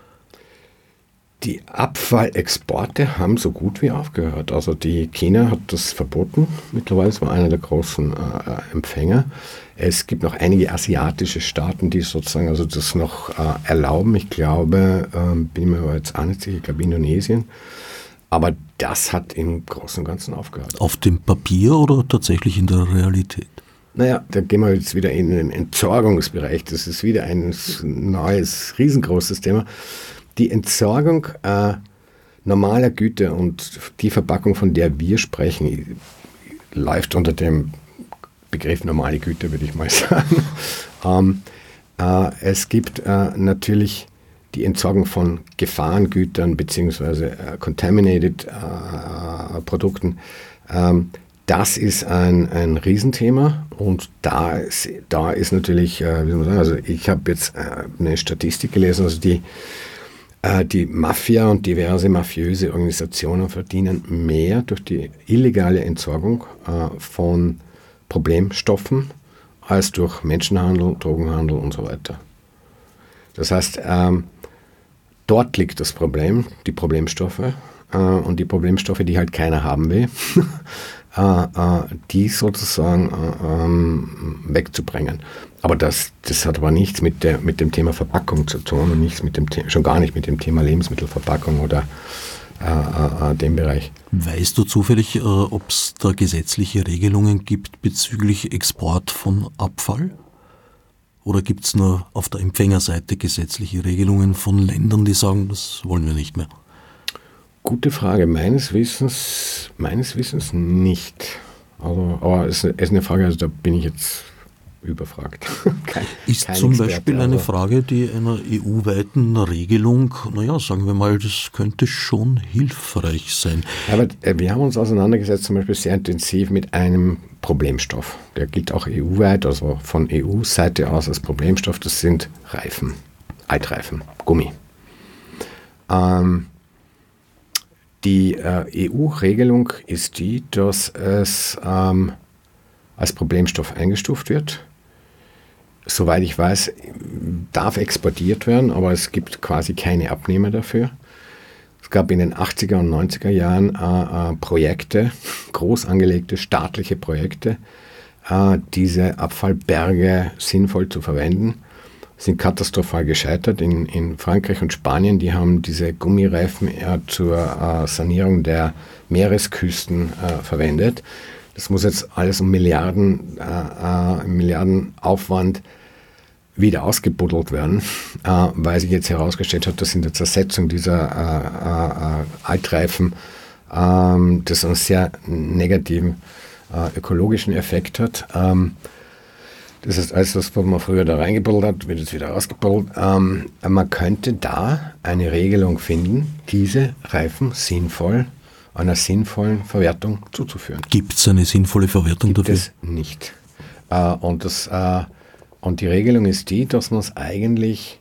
Die Abfallexporte haben so gut wie aufgehört. Also China hat das verboten. Mittlerweile war einer der großen Empfänger. Es gibt noch einige asiatische Staaten, die sozusagen also das noch erlauben. Ich glaube, bin mir aber jetzt auch nicht sicher, ich glaube Indonesien. Aber das hat im Großen und Ganzen aufgehört.
Auf dem Papier oder tatsächlich in der Realität?
Naja, da gehen wir jetzt wieder in den Entsorgungsbereich. Das ist wieder ein neues, riesengroßes Thema. Die Entsorgung normaler Güter und die Verpackung, von der wir sprechen, läuft unter dem Begriff normale Güter, würde ich mal sagen. Es gibt natürlich die Entsorgung von Gefahrengütern bzw. contaminated Produkten. Das ist ein Riesenthema und da ist natürlich, wie soll man sagen, also ich habe jetzt eine Statistik gelesen, also die Mafia und diverse mafiöse Organisationen verdienen mehr durch die illegale Entsorgung von Problemstoffen als durch Menschenhandel, Drogenhandel und so weiter. Das heißt, dort liegt das Problem, die Problemstoffe und die Problemstoffe, die halt keiner haben will, die sozusagen wegzubringen. Aber das hat aber nichts mit dem Thema Verpackung zu tun und nichts schon gar nicht mit dem Thema Lebensmittelverpackung oder dem Bereich.
Weißt du zufällig, ob es da gesetzliche Regelungen gibt bezüglich Export von Abfall? Oder gibt es nur auf der Empfängerseite gesetzliche Regelungen von Ländern, die sagen, das wollen wir nicht mehr?
Gute Frage. Meines Wissens nicht. Also, aber es ist eine Frage, also da bin ich jetzt überfragt.
Ist zum Beispiel eine Frage, die einer EU-weiten Regelung, sagen wir mal, das könnte schon hilfreich sein.
Aber wir haben uns auseinandergesetzt zum Beispiel sehr intensiv mit einem Problemstoff. Der gilt auch EU-weit, also von EU-Seite aus als Problemstoff. Das sind Reifen, Altreifen, Gummi. Die EU-Regelung ist die, dass es als Problemstoff eingestuft wird. Soweit ich weiß, darf exportiert werden, aber es gibt quasi keine Abnehmer dafür. Es gab in den 80er und 90er Jahren Projekte, groß angelegte staatliche Projekte, diese Abfallberge sinnvoll zu verwenden. Sind katastrophal gescheitert in Frankreich und Spanien. Die haben diese Gummireifen zur Sanierung der Meeresküsten verwendet. Das muss jetzt alles um Milliardenaufwand wieder ausgebuddelt werden, weil sich jetzt herausgestellt hat, dass in der Zersetzung dieser Altreifen das einen sehr negativen ökologischen Effekt hat. Das heißt, alles, was man früher da reingebuddelt hat, wird jetzt wieder rausgebuddelt. Man könnte da eine Regelung finden, diese Reifen einer sinnvollen Verwertung zuzuführen.
Gibt es eine sinnvolle Verwertung dafür?
Gibt es nicht. Und die Regelung ist die, dass man es eigentlich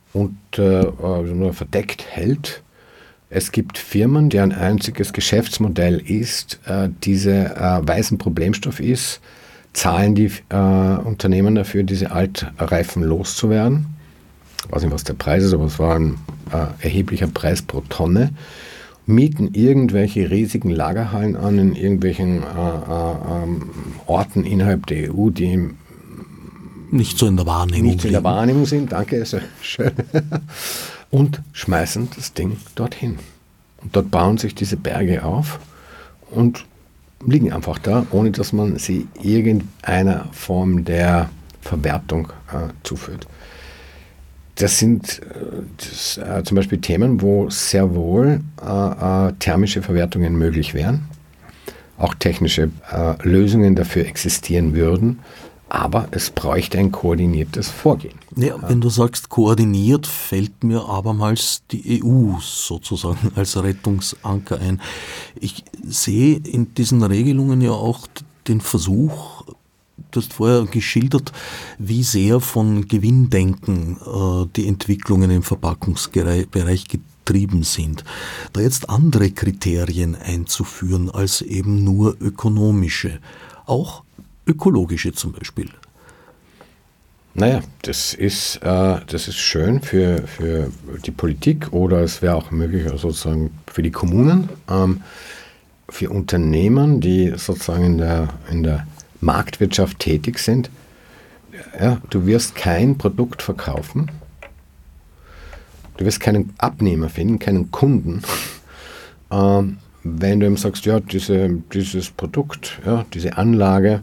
verdeckt hält. Es gibt Firmen, deren einziges Geschäftsmodell ist, diese weißen Problemstoff ist, zahlen die Unternehmen dafür, diese Altreifen loszuwerden. Ich weiß nicht, was der Preis ist, aber es war ein erheblicher Preis pro Tonne. Mieten irgendwelche riesigen Lagerhallen an in irgendwelchen Orten innerhalb der EU, die
nicht so in der Wahrnehmung
sind. Danke, ist ja schön. Und schmeißen das Ding dorthin. Und dort bauen sich diese Berge auf und liegen einfach da, ohne dass man sie irgendeiner Form der Verwertung zuführt. Das sind zum Beispiel Themen, wo sehr wohl thermische Verwertungen möglich wären, auch technische Lösungen dafür existieren würden, aber es bräuchte ein koordiniertes Vorgehen.
Ja, wenn du sagst koordiniert, fällt mir abermals die EU sozusagen als Rettungsanker ein. Ich sehe in diesen Regelungen ja auch den Versuch, du hast vorher geschildert, wie sehr von Gewinndenken die Entwicklungen im Verpackungsbereich getrieben sind. Da jetzt andere Kriterien einzuführen als eben nur ökonomische, auch ökologische zum Beispiel.
Naja, das ist schön für die Politik oder es wäre auch möglich sozusagen für die Kommunen, für Unternehmen, die sozusagen in der Marktwirtschaft tätig sind. Ja, du wirst kein Produkt verkaufen, du wirst keinen Abnehmer finden, keinen Kunden, wenn du ihm sagst, ja, dieses Produkt, ja, diese Anlage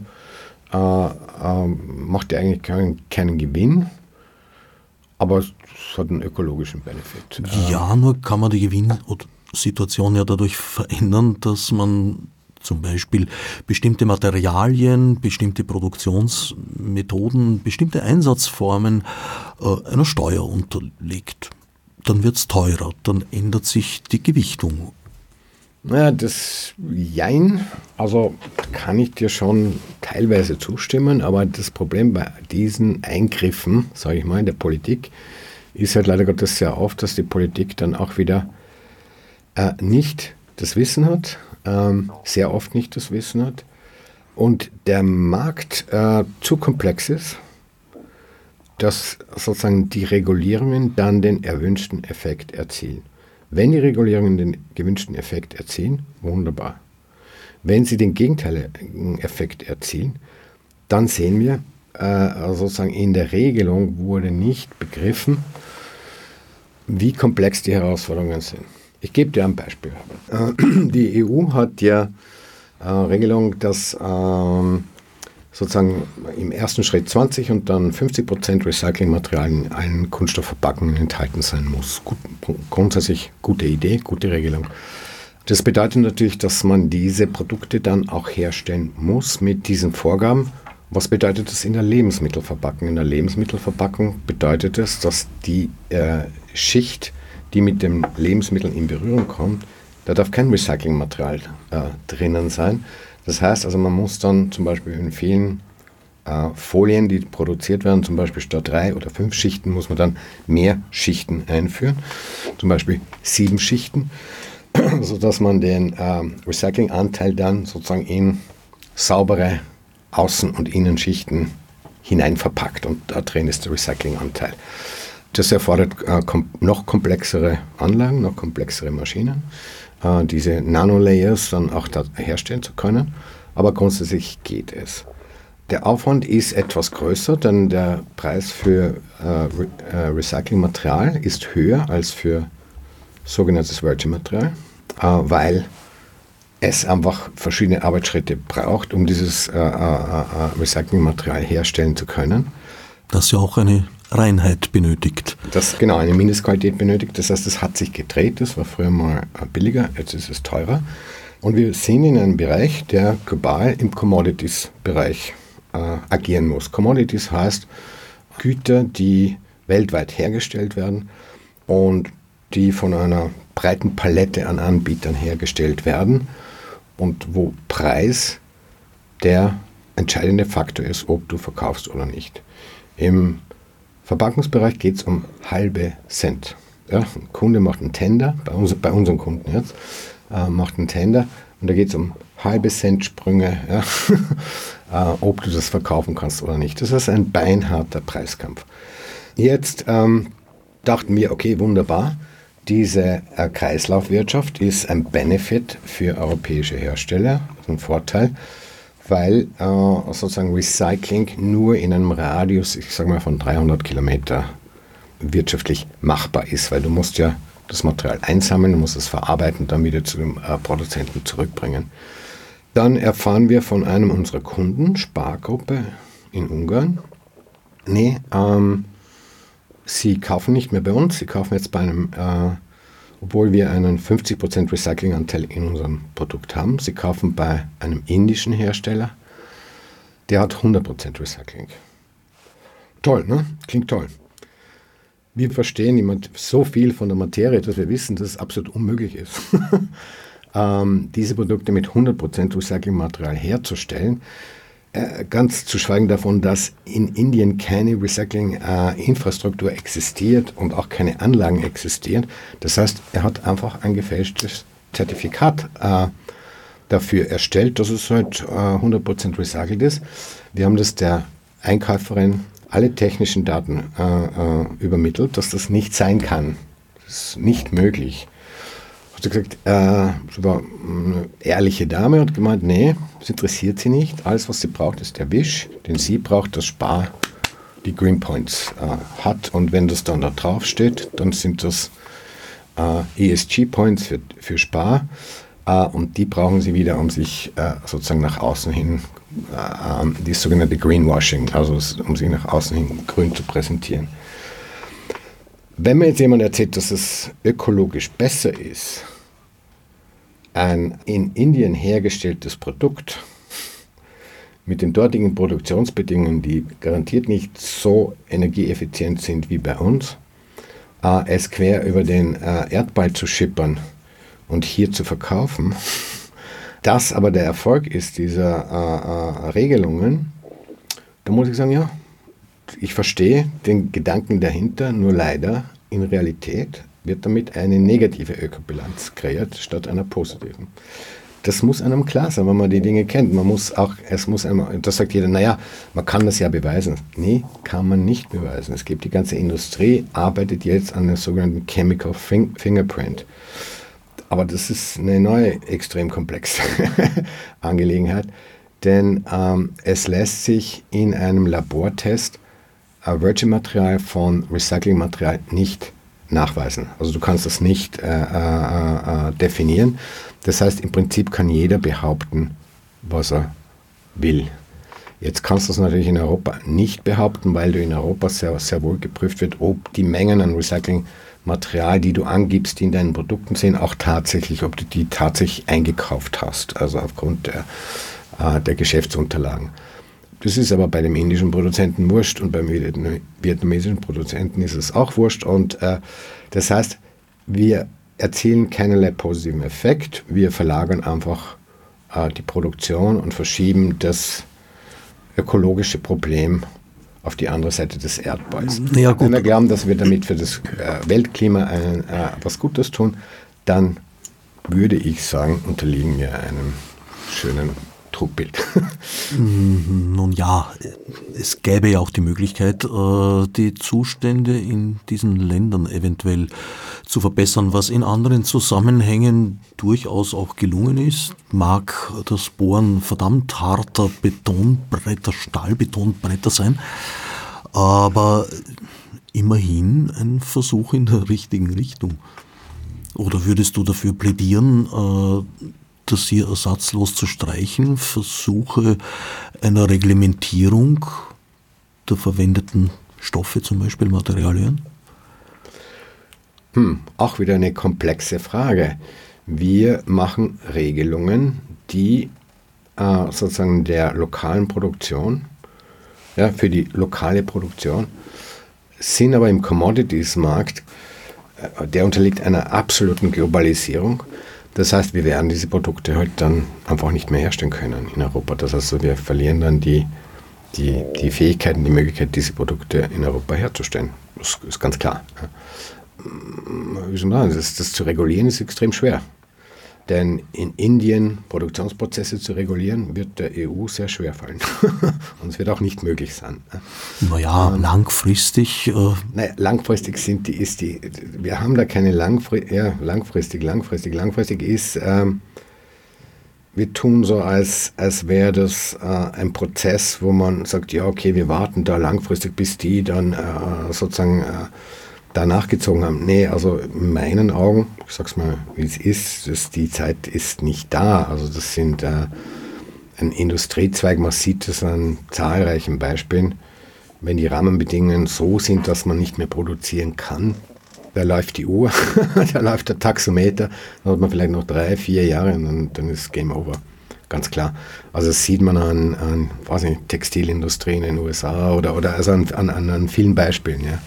macht dir eigentlich keinen Gewinn, aber es hat einen ökologischen Benefit.
Ja, nur kann man die Gewinnsituation ja dadurch verändern, dass man zum Beispiel bestimmte Materialien, bestimmte Produktionsmethoden, bestimmte Einsatzformen einer Steuer unterlegt. Dann wird es teurer, dann ändert sich die Gewichtung.
Naja, also kann ich dir schon teilweise zustimmen, aber das Problem bei diesen Eingriffen, sage ich mal, in der Politik, ist halt leider Gottes sehr oft, dass die Politik dann auch wieder nicht das Wissen hat, sehr oft nicht das Wissen hat und der Markt zu komplex ist, dass sozusagen die Regulierungen dann den erwünschten Effekt erzielen. Wenn die Regulierungen den gewünschten Effekt erzielen, wunderbar. Wenn sie den gegenteiligen Effekt erzielen, dann sehen wir, sozusagen in der Regelung wurde nicht begriffen, wie komplex die Herausforderungen sind. Ich gebe dir ein Beispiel. Die EU hat ja Regelung, dass sozusagen im ersten Schritt 20 und dann 50% Recyclingmaterial in allen Kunststoffverpackungen enthalten sein muss. Grundsätzlich gute Idee, gute Regelung. Das bedeutet natürlich, dass man diese Produkte dann auch herstellen muss mit diesen Vorgaben Was bedeutet das in der Lebensmittelverpackung? In der Lebensmittelverpackung bedeutet es, dass die Schicht, die mit dem Lebensmittel in Berührung kommt, da darf kein Recyclingmaterial drinnen sein. Das heißt also, man muss dann zum Beispiel in vielen Folien, die produziert werden, zum Beispiel statt 3 oder 5 Schichten, muss man dann mehr Schichten einführen, zum Beispiel 7 Schichten, sodass man den Recyclinganteil dann sozusagen in saubere Außen- und Innenschichten hinein verpackt und da drin ist der Recyclinganteil. Das erfordert noch komplexere Anlagen, noch komplexere Maschinen, diese Nanolayers dann auch da herstellen zu können, aber grundsätzlich geht es. Der Aufwand ist etwas größer, denn der Preis für Recyclingmaterial ist höher als für sogenanntes Virgin-Material, weil es einfach verschiedene Arbeitsschritte braucht, um dieses Recyclingmaterial herstellen zu können.
Das ja auch eine Reinheit benötigt.
Das genau, eine Mindestqualität benötigt. Das heißt, es hat sich gedreht. Das war früher mal billiger, jetzt ist es teurer. Und wir sind in einem Bereich, der global im Commodities-Bereich agieren muss. Commodities heißt Güter, die weltweit hergestellt werden und die von einer breiten Palette an Anbietern hergestellt werden und wo Preis der entscheidende Faktor ist, ob du verkaufst oder nicht. Im Verpackungsbereich geht es um halbe Cent. Ja, ein Kunde macht einen Tender, bei unseren Kunden jetzt, macht einen Tender und da geht es um halbe Cent Sprünge, ja, ob du das verkaufen kannst oder nicht. Das ist ein beinharter Preiskampf. Jetzt dachten wir, okay, wunderbar, diese Kreislaufwirtschaft ist ein Benefit für europäische Hersteller, ein Vorteil, weil sozusagen Recycling nur in einem Radius, ich sage mal von 300 Kilometer wirtschaftlich machbar ist, weil du musst ja das Material einsammeln, du musst es verarbeiten, dann wieder zu dem Produzenten zurückbringen. Dann erfahren wir von einem unserer Kunden, Spargruppe in Ungarn, sie kaufen nicht mehr bei uns, sie kaufen jetzt bei einem, obwohl wir einen 50% Recyclinganteil in unserem Produkt haben, sie kaufen bei einem indischen Hersteller, der hat 100% Recycling. Toll, ne? Klingt toll. Wir verstehen so viel von der Materie, dass wir wissen, dass es absolut unmöglich ist, diese Produkte mit 100% Recyclingmaterial herzustellen. Ganz zu schweigen davon, dass in Indien keine Recycling-Infrastruktur existiert und auch keine Anlagen existieren. Das heißt, er hat einfach ein gefälschtes Zertifikat dafür erstellt, dass es halt 100% recycelt ist. Wir haben das der Einkäuferin alle technischen Daten übermittelt, dass das nicht sein kann. Das ist nicht möglich. Hat sie gesagt, sie war eine ehrliche Dame, hat gemeint, nee, das interessiert sie nicht. Alles, was sie braucht, ist der Wisch, den sie braucht, das Spar die Green Points hat. Und wenn das dann da drauf steht, dann sind das ESG-Points für Spar. Und die brauchen sie wieder, um sich sozusagen nach außen hin, die sogenannte Greenwashing, also um sich nach außen hin grün zu präsentieren. Wenn mir jetzt jemand erzählt, dass es ökologisch besser ist, ein in Indien hergestelltes Produkt mit den dortigen Produktionsbedingungen, die garantiert nicht so energieeffizient sind wie bei uns, es quer über den Erdball zu schippern und hier zu verkaufen, das aber der Erfolg ist dieser Regelungen, da muss ich sagen, ja, ich verstehe den Gedanken dahinter, nur leider in Realität wird damit eine negative Ökobilanz kreiert statt einer positiven. Das muss einem klar sein, wenn man die Dinge kennt. Das sagt jeder, naja, man kann das ja beweisen. Nee, kann man nicht beweisen. Es gibt die ganze Industrie, arbeitet jetzt an der sogenannten Chemical Fingerprint. Aber das ist eine neue, extrem komplexe Angelegenheit, denn es lässt sich in einem Labortest Virgin-Material von Recycling-Material nicht nachweisen. Also du kannst das nicht definieren. Das heißt, im Prinzip kann jeder behaupten, was er will. Jetzt kannst du es natürlich in Europa nicht behaupten, weil du in Europa sehr, sehr wohl geprüft wird, ob die Mengen an Recyclingmaterial, die du angibst, die in deinen Produkten sind, auch tatsächlich, ob du die tatsächlich eingekauft hast, also aufgrund der Geschäftsunterlagen. Das ist aber bei dem indischen Produzenten wurscht und beim vietnamesischen Produzenten ist es auch wurscht. Und das heißt, wir erzielen keinerlei positiven Effekt. Wir verlagern einfach die Produktion und verschieben das ökologische Problem auf die andere Seite des Erdballs.
Ja, gut.
Wenn wir glauben, dass wir damit für das Weltklima was Gutes tun, dann würde ich sagen, unterliegen wir einem schönen Trugbild.
Nun ja, es gäbe ja auch die Möglichkeit, die Zustände in diesen Ländern eventuell zu verbessern, was in anderen Zusammenhängen durchaus auch gelungen ist. Mag das Bohren verdammt harter Betonbretter, Stahlbetonbretter sein, aber immerhin ein Versuch in der richtigen Richtung. Oder würdest du dafür plädieren, das hier ersatzlos zu streichen, Versuche einer Reglementierung der verwendeten Stoffe, zum Beispiel Materialien?
Auch wieder eine komplexe Frage. Wir machen Regelungen, die sozusagen der lokalen Produktion, ja, für die lokale Produktion, sind aber im Commodities-Markt, der unterliegt einer absoluten Globalisierung. Das heißt, wir werden diese Produkte halt dann einfach nicht mehr herstellen können in Europa. Das heißt, wir verlieren dann die Fähigkeit und die Möglichkeit, diese Produkte in Europa herzustellen. Das ist ganz klar. Wie schon gesagt, das zu regulieren ist extrem schwer. Denn in Indien Produktionsprozesse zu regulieren, wird der EU sehr schwer fallen. Und es wird auch nicht möglich sein.
Naja, langfristig.
Langfristig wir haben da keine langfristig ist, wir tun so, als wäre das ein Prozess, wo man sagt, ja, okay, wir warten da langfristig, bis die dann sozusagen da nachgezogen haben. Nee, also in meinen Augen, ich sag's mal, wie es ist, die Zeit ist nicht da. Also das sind ein Industriezweig, man sieht es an zahlreichen Beispielen, wenn die Rahmenbedingungen so sind, dass man nicht mehr produzieren kann, da läuft die Uhr, da läuft der Taxometer, dann hat man vielleicht noch 3-4 Jahre und dann ist Game Over. Ganz klar. Also das sieht man an weiß nicht, Textilindustrie in den USA oder also an vielen Beispielen, ja.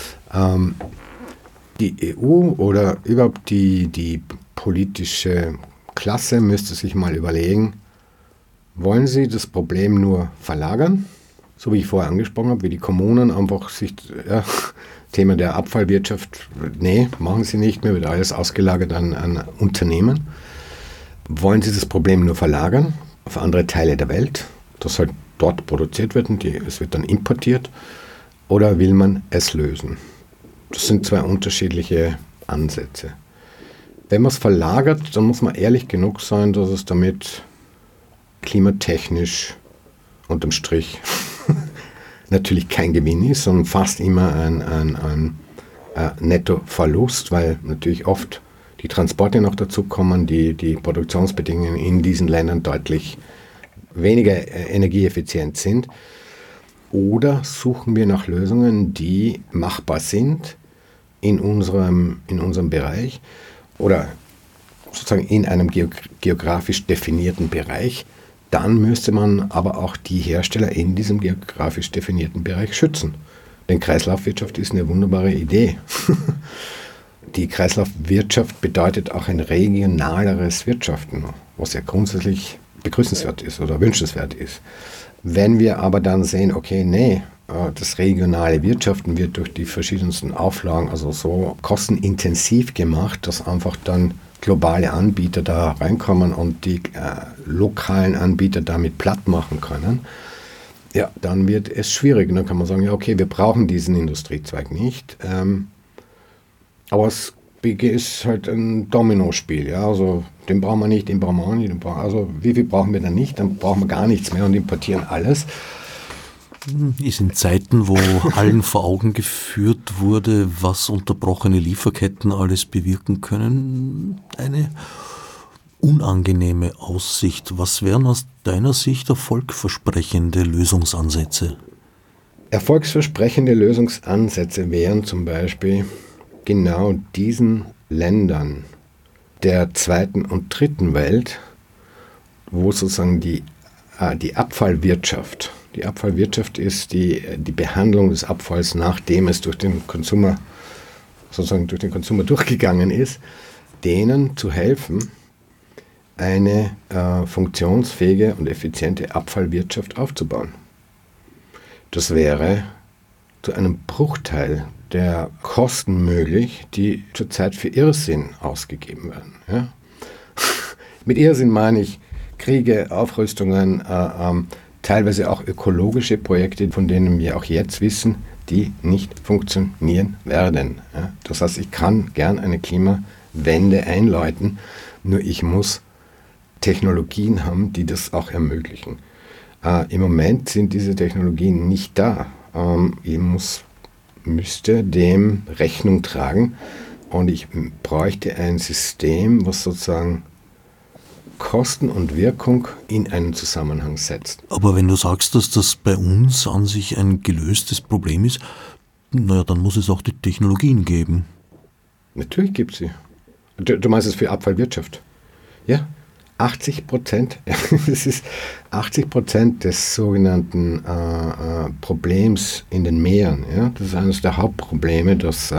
Die EU oder überhaupt die politische Klasse müsste sich mal überlegen, wollen sie das Problem nur verlagern, so wie ich vorher angesprochen habe, wie die Kommunen einfach sich, Thema der Abfallwirtschaft, nee, machen sie nicht mehr, wird alles ausgelagert an Unternehmen. Wollen sie das Problem nur verlagern auf andere Teile der Welt, dass halt dort produziert wird und es wird dann importiert, oder will man es lösen? Das sind zwei unterschiedliche Ansätze. Wenn man es verlagert, dann muss man ehrlich genug sein, dass es damit klimatechnisch unterm Strich natürlich kein Gewinn ist, sondern fast immer ein Nettoverlust, weil natürlich oft die Transporte noch dazu kommen, die Produktionsbedingungen in diesen Ländern deutlich weniger energieeffizient sind. Oder suchen wir nach Lösungen, die machbar sind in unserem Bereich oder sozusagen in einem geografisch definierten Bereich. Dann müsste man aber auch die Hersteller in diesem geografisch definierten Bereich schützen. Denn Kreislaufwirtschaft ist eine wunderbare Idee. Die Kreislaufwirtschaft bedeutet auch ein regionaleres Wirtschaften, was ja grundsätzlich begrüßenswert ist oder wünschenswert ist. Wenn wir aber dann sehen, okay, nee, das regionale Wirtschaften wird durch die verschiedensten Auflagen also so kostenintensiv gemacht, dass einfach dann globale Anbieter da reinkommen und die lokalen Anbieter damit platt machen können, ja, dann wird es schwierig. Dann kann man sagen, ja, okay, wir brauchen diesen Industriezweig nicht, aber es ist halt ein Dominospiel, ja, also den brauchen wir nicht, den brauchen wir auch nicht, also wie viel brauchen wir dann nicht, dann brauchen wir gar nichts mehr und importieren alles.
Ist in Zeiten, wo allen vor Augen geführt wurde, was unterbrochene Lieferketten alles bewirken können, eine unangenehme Aussicht. Was wären aus deiner Sicht erfolgversprechende Lösungsansätze?
Erfolgsversprechende Lösungsansätze wären zum Beispiel genau diesen Ländern der zweiten und dritten Welt, wo sozusagen die Abfallwirtschaft Die Abfallwirtschaft ist die Behandlung des Abfalls, nachdem es durch den Konsumer durchgegangen ist, denen zu helfen, eine funktionsfähige und effiziente Abfallwirtschaft aufzubauen. Das wäre zu einem Bruchteil der Kosten möglich, die zurzeit für Irrsinn ausgegeben werden. Ja? Mit Irrsinn meine ich Kriege, Aufrüstungen, teilweise auch ökologische Projekte, von denen wir auch jetzt wissen, die nicht funktionieren werden. Ja? Das heißt, ich kann gern eine Klimawende einläuten, nur ich muss Technologien haben, die das auch ermöglichen. Im Moment sind diese Technologien nicht da. Ich müsste dem Rechnung tragen und ich bräuchte ein System, was sozusagen Kosten und Wirkung in einen Zusammenhang setzt.
Aber wenn du sagst, dass das bei uns an sich ein gelöstes Problem ist, naja, dann muss es auch die Technologien geben.
Natürlich gibt es sie. Du meinst es für Abfallwirtschaft? Ja, 80%, das ist 80% des sogenannten Problems in den Meeren. Ja? Das ist eines der Hauptprobleme, dass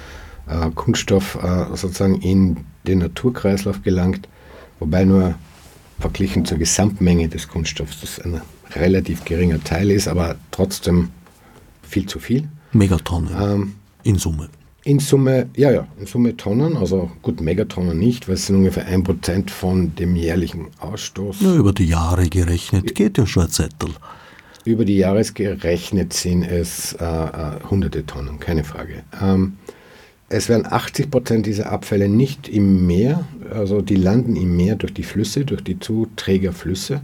Kunststoff sozusagen in den Naturkreislauf gelangt, wobei nur verglichen zur Gesamtmenge des Kunststoffs das ein relativ geringer Teil ist, aber trotzdem viel zu viel.
Megatonnen in Summe.
In Summe Tonnen, also gut, Megatonnen nicht, weil es sind ungefähr 1% von dem jährlichen Ausstoß.
Ja, über die Jahre gerechnet geht ja schon ein Zettel.
Über die Jahre gerechnet sind es hunderte Tonnen, keine Frage. Es werden 80% dieser Abfälle nicht im Meer, also die landen im Meer durch die Flüsse, durch die Zuträgerflüsse.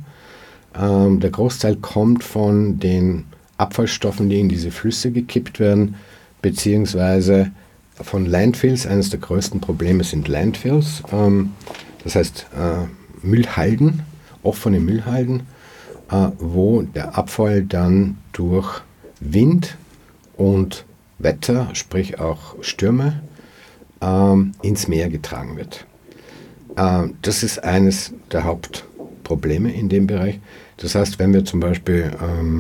Der Großteil kommt von den Abfallstoffen, die in diese Flüsse gekippt werden, beziehungsweise von Landfills. Eines der größten Probleme sind Landfills, das heißt Müllhalden, offene Müllhalden, wo der Abfall dann durch Wind und Wetter, sprich auch Stürme, ins Meer getragen wird. Das ist eines der Hauptprobleme in dem Bereich. Das heißt, wenn wir zum Beispiel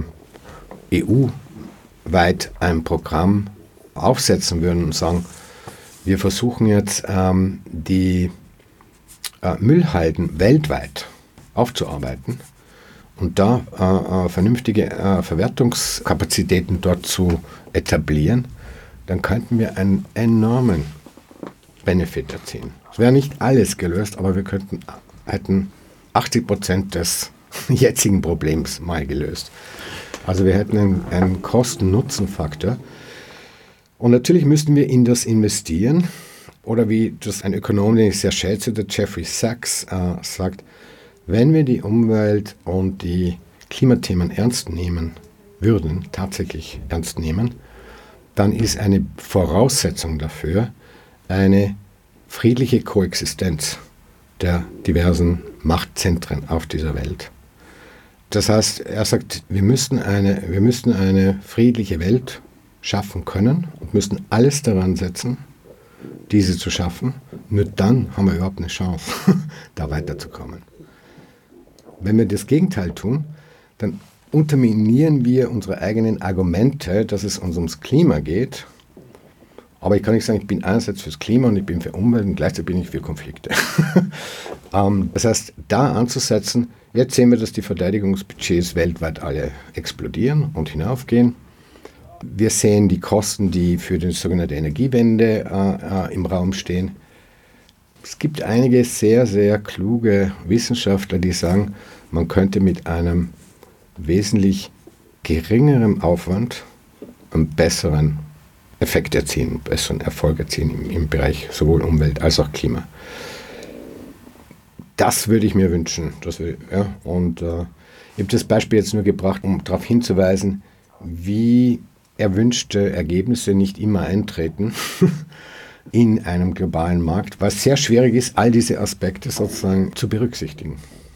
EU-weit ein Programm aufsetzen würden und sagen, wir versuchen jetzt die Müllhalden weltweit aufzuarbeiten und da vernünftige Verwertungskapazitäten dort zu etablieren, dann könnten wir einen enormen Benefit erzielen. Es wäre nicht alles gelöst, aber wir hätten 80% des jetzigen Problems mal gelöst. Also wir hätten einen Kosten-Nutzen-Faktor. Und natürlich müssten wir in das investieren. Oder wie das ein Ökonom, den ich sehr schätze, der Jeffrey Sachs, sagt, wenn wir die Umwelt und die Klimathemen ernst nehmen würden, tatsächlich ernst nehmen, dann ist eine Voraussetzung dafür eine friedliche Koexistenz der diversen Machtzentren auf dieser Welt. Das heißt, er sagt, wir müssten eine friedliche Welt schaffen können und müssten alles daran setzen, diese zu schaffen. Nur dann haben wir überhaupt eine Chance, da weiterzukommen. Wenn wir das Gegenteil tun, dann unterminieren wir unsere eigenen Argumente, dass es uns ums Klima geht. Aber ich kann nicht sagen, ich bin einerseits fürs Klima und ich bin für Umwelt und gleichzeitig bin ich für Konflikte. Das heißt, da anzusetzen, jetzt sehen wir, dass die Verteidigungsbudgets weltweit alle explodieren und hinaufgehen. Wir sehen die Kosten, die für die sogenannte Energiewende im Raum stehen. Es gibt einige sehr, sehr kluge Wissenschaftler, die sagen, man könnte mit einem wesentlich geringeren Aufwand einen besseren Effekt erzielen, einen besseren Erfolg erzielen im Bereich sowohl Umwelt als auch Klima. Das würde ich mir wünschen. Und ich habe das Beispiel jetzt nur gebracht, um darauf hinzuweisen, wie erwünschte Ergebnisse nicht immer eintreten in einem globalen Markt, weil es sehr schwierig ist, all diese Aspekte sozusagen zu berücksichtigen.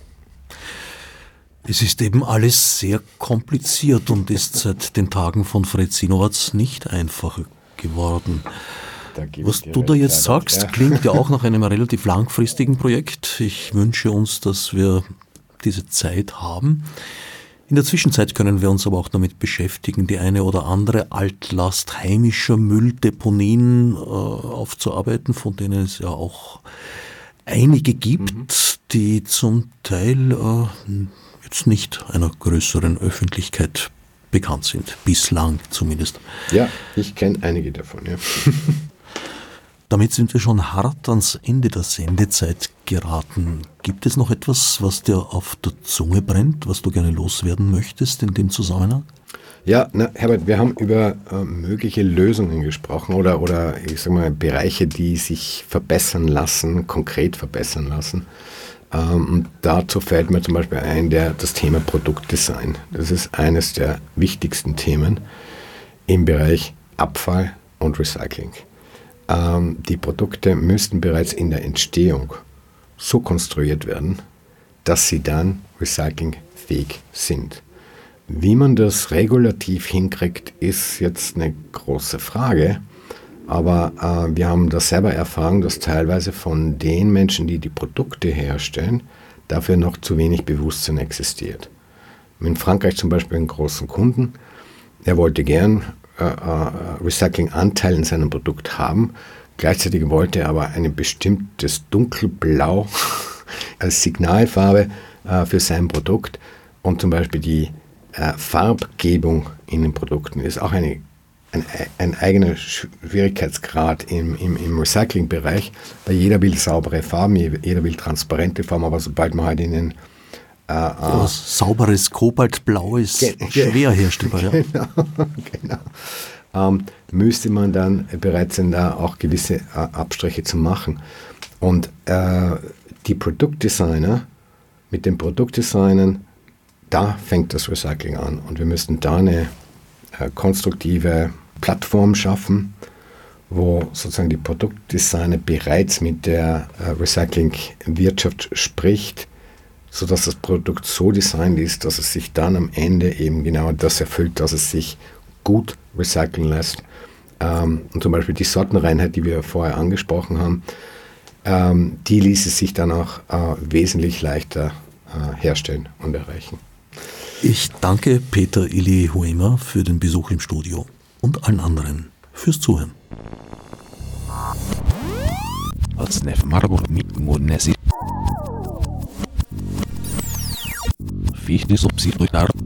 Es ist eben alles sehr kompliziert und ist seit den Tagen von Fred Sinowatz nicht einfacher geworden. Was du da jetzt sagst, klingt ja auch nach einem relativ langfristigen Projekt. Ich wünsche uns, dass wir diese Zeit haben. In der Zwischenzeit können wir uns aber auch damit beschäftigen, die eine oder andere Altlast heimischer Mülldeponien aufzuarbeiten, von denen es ja auch einige gibt, die zum Teil jetzt nicht einer größeren Öffentlichkeit bekannt sind, bislang zumindest.
Ja, ich kenne einige davon, ja.
Damit sind wir schon hart ans Ende der Sendezeit geraten. Gibt es noch etwas, was dir auf der Zunge brennt, was du gerne loswerden möchtest in dem Zusammenhang?
Ja, Herbert, wir haben über mögliche Lösungen gesprochen oder ich sag mal Bereiche, die sich verbessern lassen, konkret verbessern lassen. Und dazu fällt mir zum Beispiel ein, das Thema Produktdesign. Das ist eines der wichtigsten Themen im Bereich Abfall und Recycling. Die Produkte müssten bereits in der Entstehung so konstruiert werden, dass sie dann recyclingfähig sind. Wie man das regulativ hinkriegt, ist jetzt eine große Frage, aber wir haben das selber erfahren, dass teilweise von den Menschen, die die Produkte herstellen, dafür noch zu wenig Bewusstsein existiert. In Frankreich zum Beispiel einen großen Kunden, er wollte gern Recycling-Anteil in seinem Produkt haben. Gleichzeitig wollte er aber ein bestimmtes Dunkelblau als Signalfarbe für sein Produkt und zum Beispiel die Farbgebung in den Produkten ist auch ein eigener Schwierigkeitsgrad im Recycling-Bereich, weil jeder will saubere Farben, jeder will transparente Farben, aber sobald man halt in den
sauberes Kobaltblau ist schwer herstellbar.
Genau. Müsste man dann bereit sein, da auch gewisse Abstriche zu machen. Und die Produktdesigner, mit den Produktdesignern, da fängt das Recycling an. Und wir müssten da eine konstruktive Plattform schaffen, wo sozusagen die Produktdesigner bereits mit der Recyclingwirtschaft spricht, sodass das Produkt so designt ist, dass es sich dann am Ende eben genau das erfüllt, dass es sich gut recyceln lässt. Und zum Beispiel die Sortenreinheit, die wir vorher angesprochen haben, die ließe sich dann auch wesentlich leichter herstellen und erreichen.
Ich danke Peter Ili Huema für den Besuch im Studio und allen anderen fürs Zuhören. Fichte subsidiar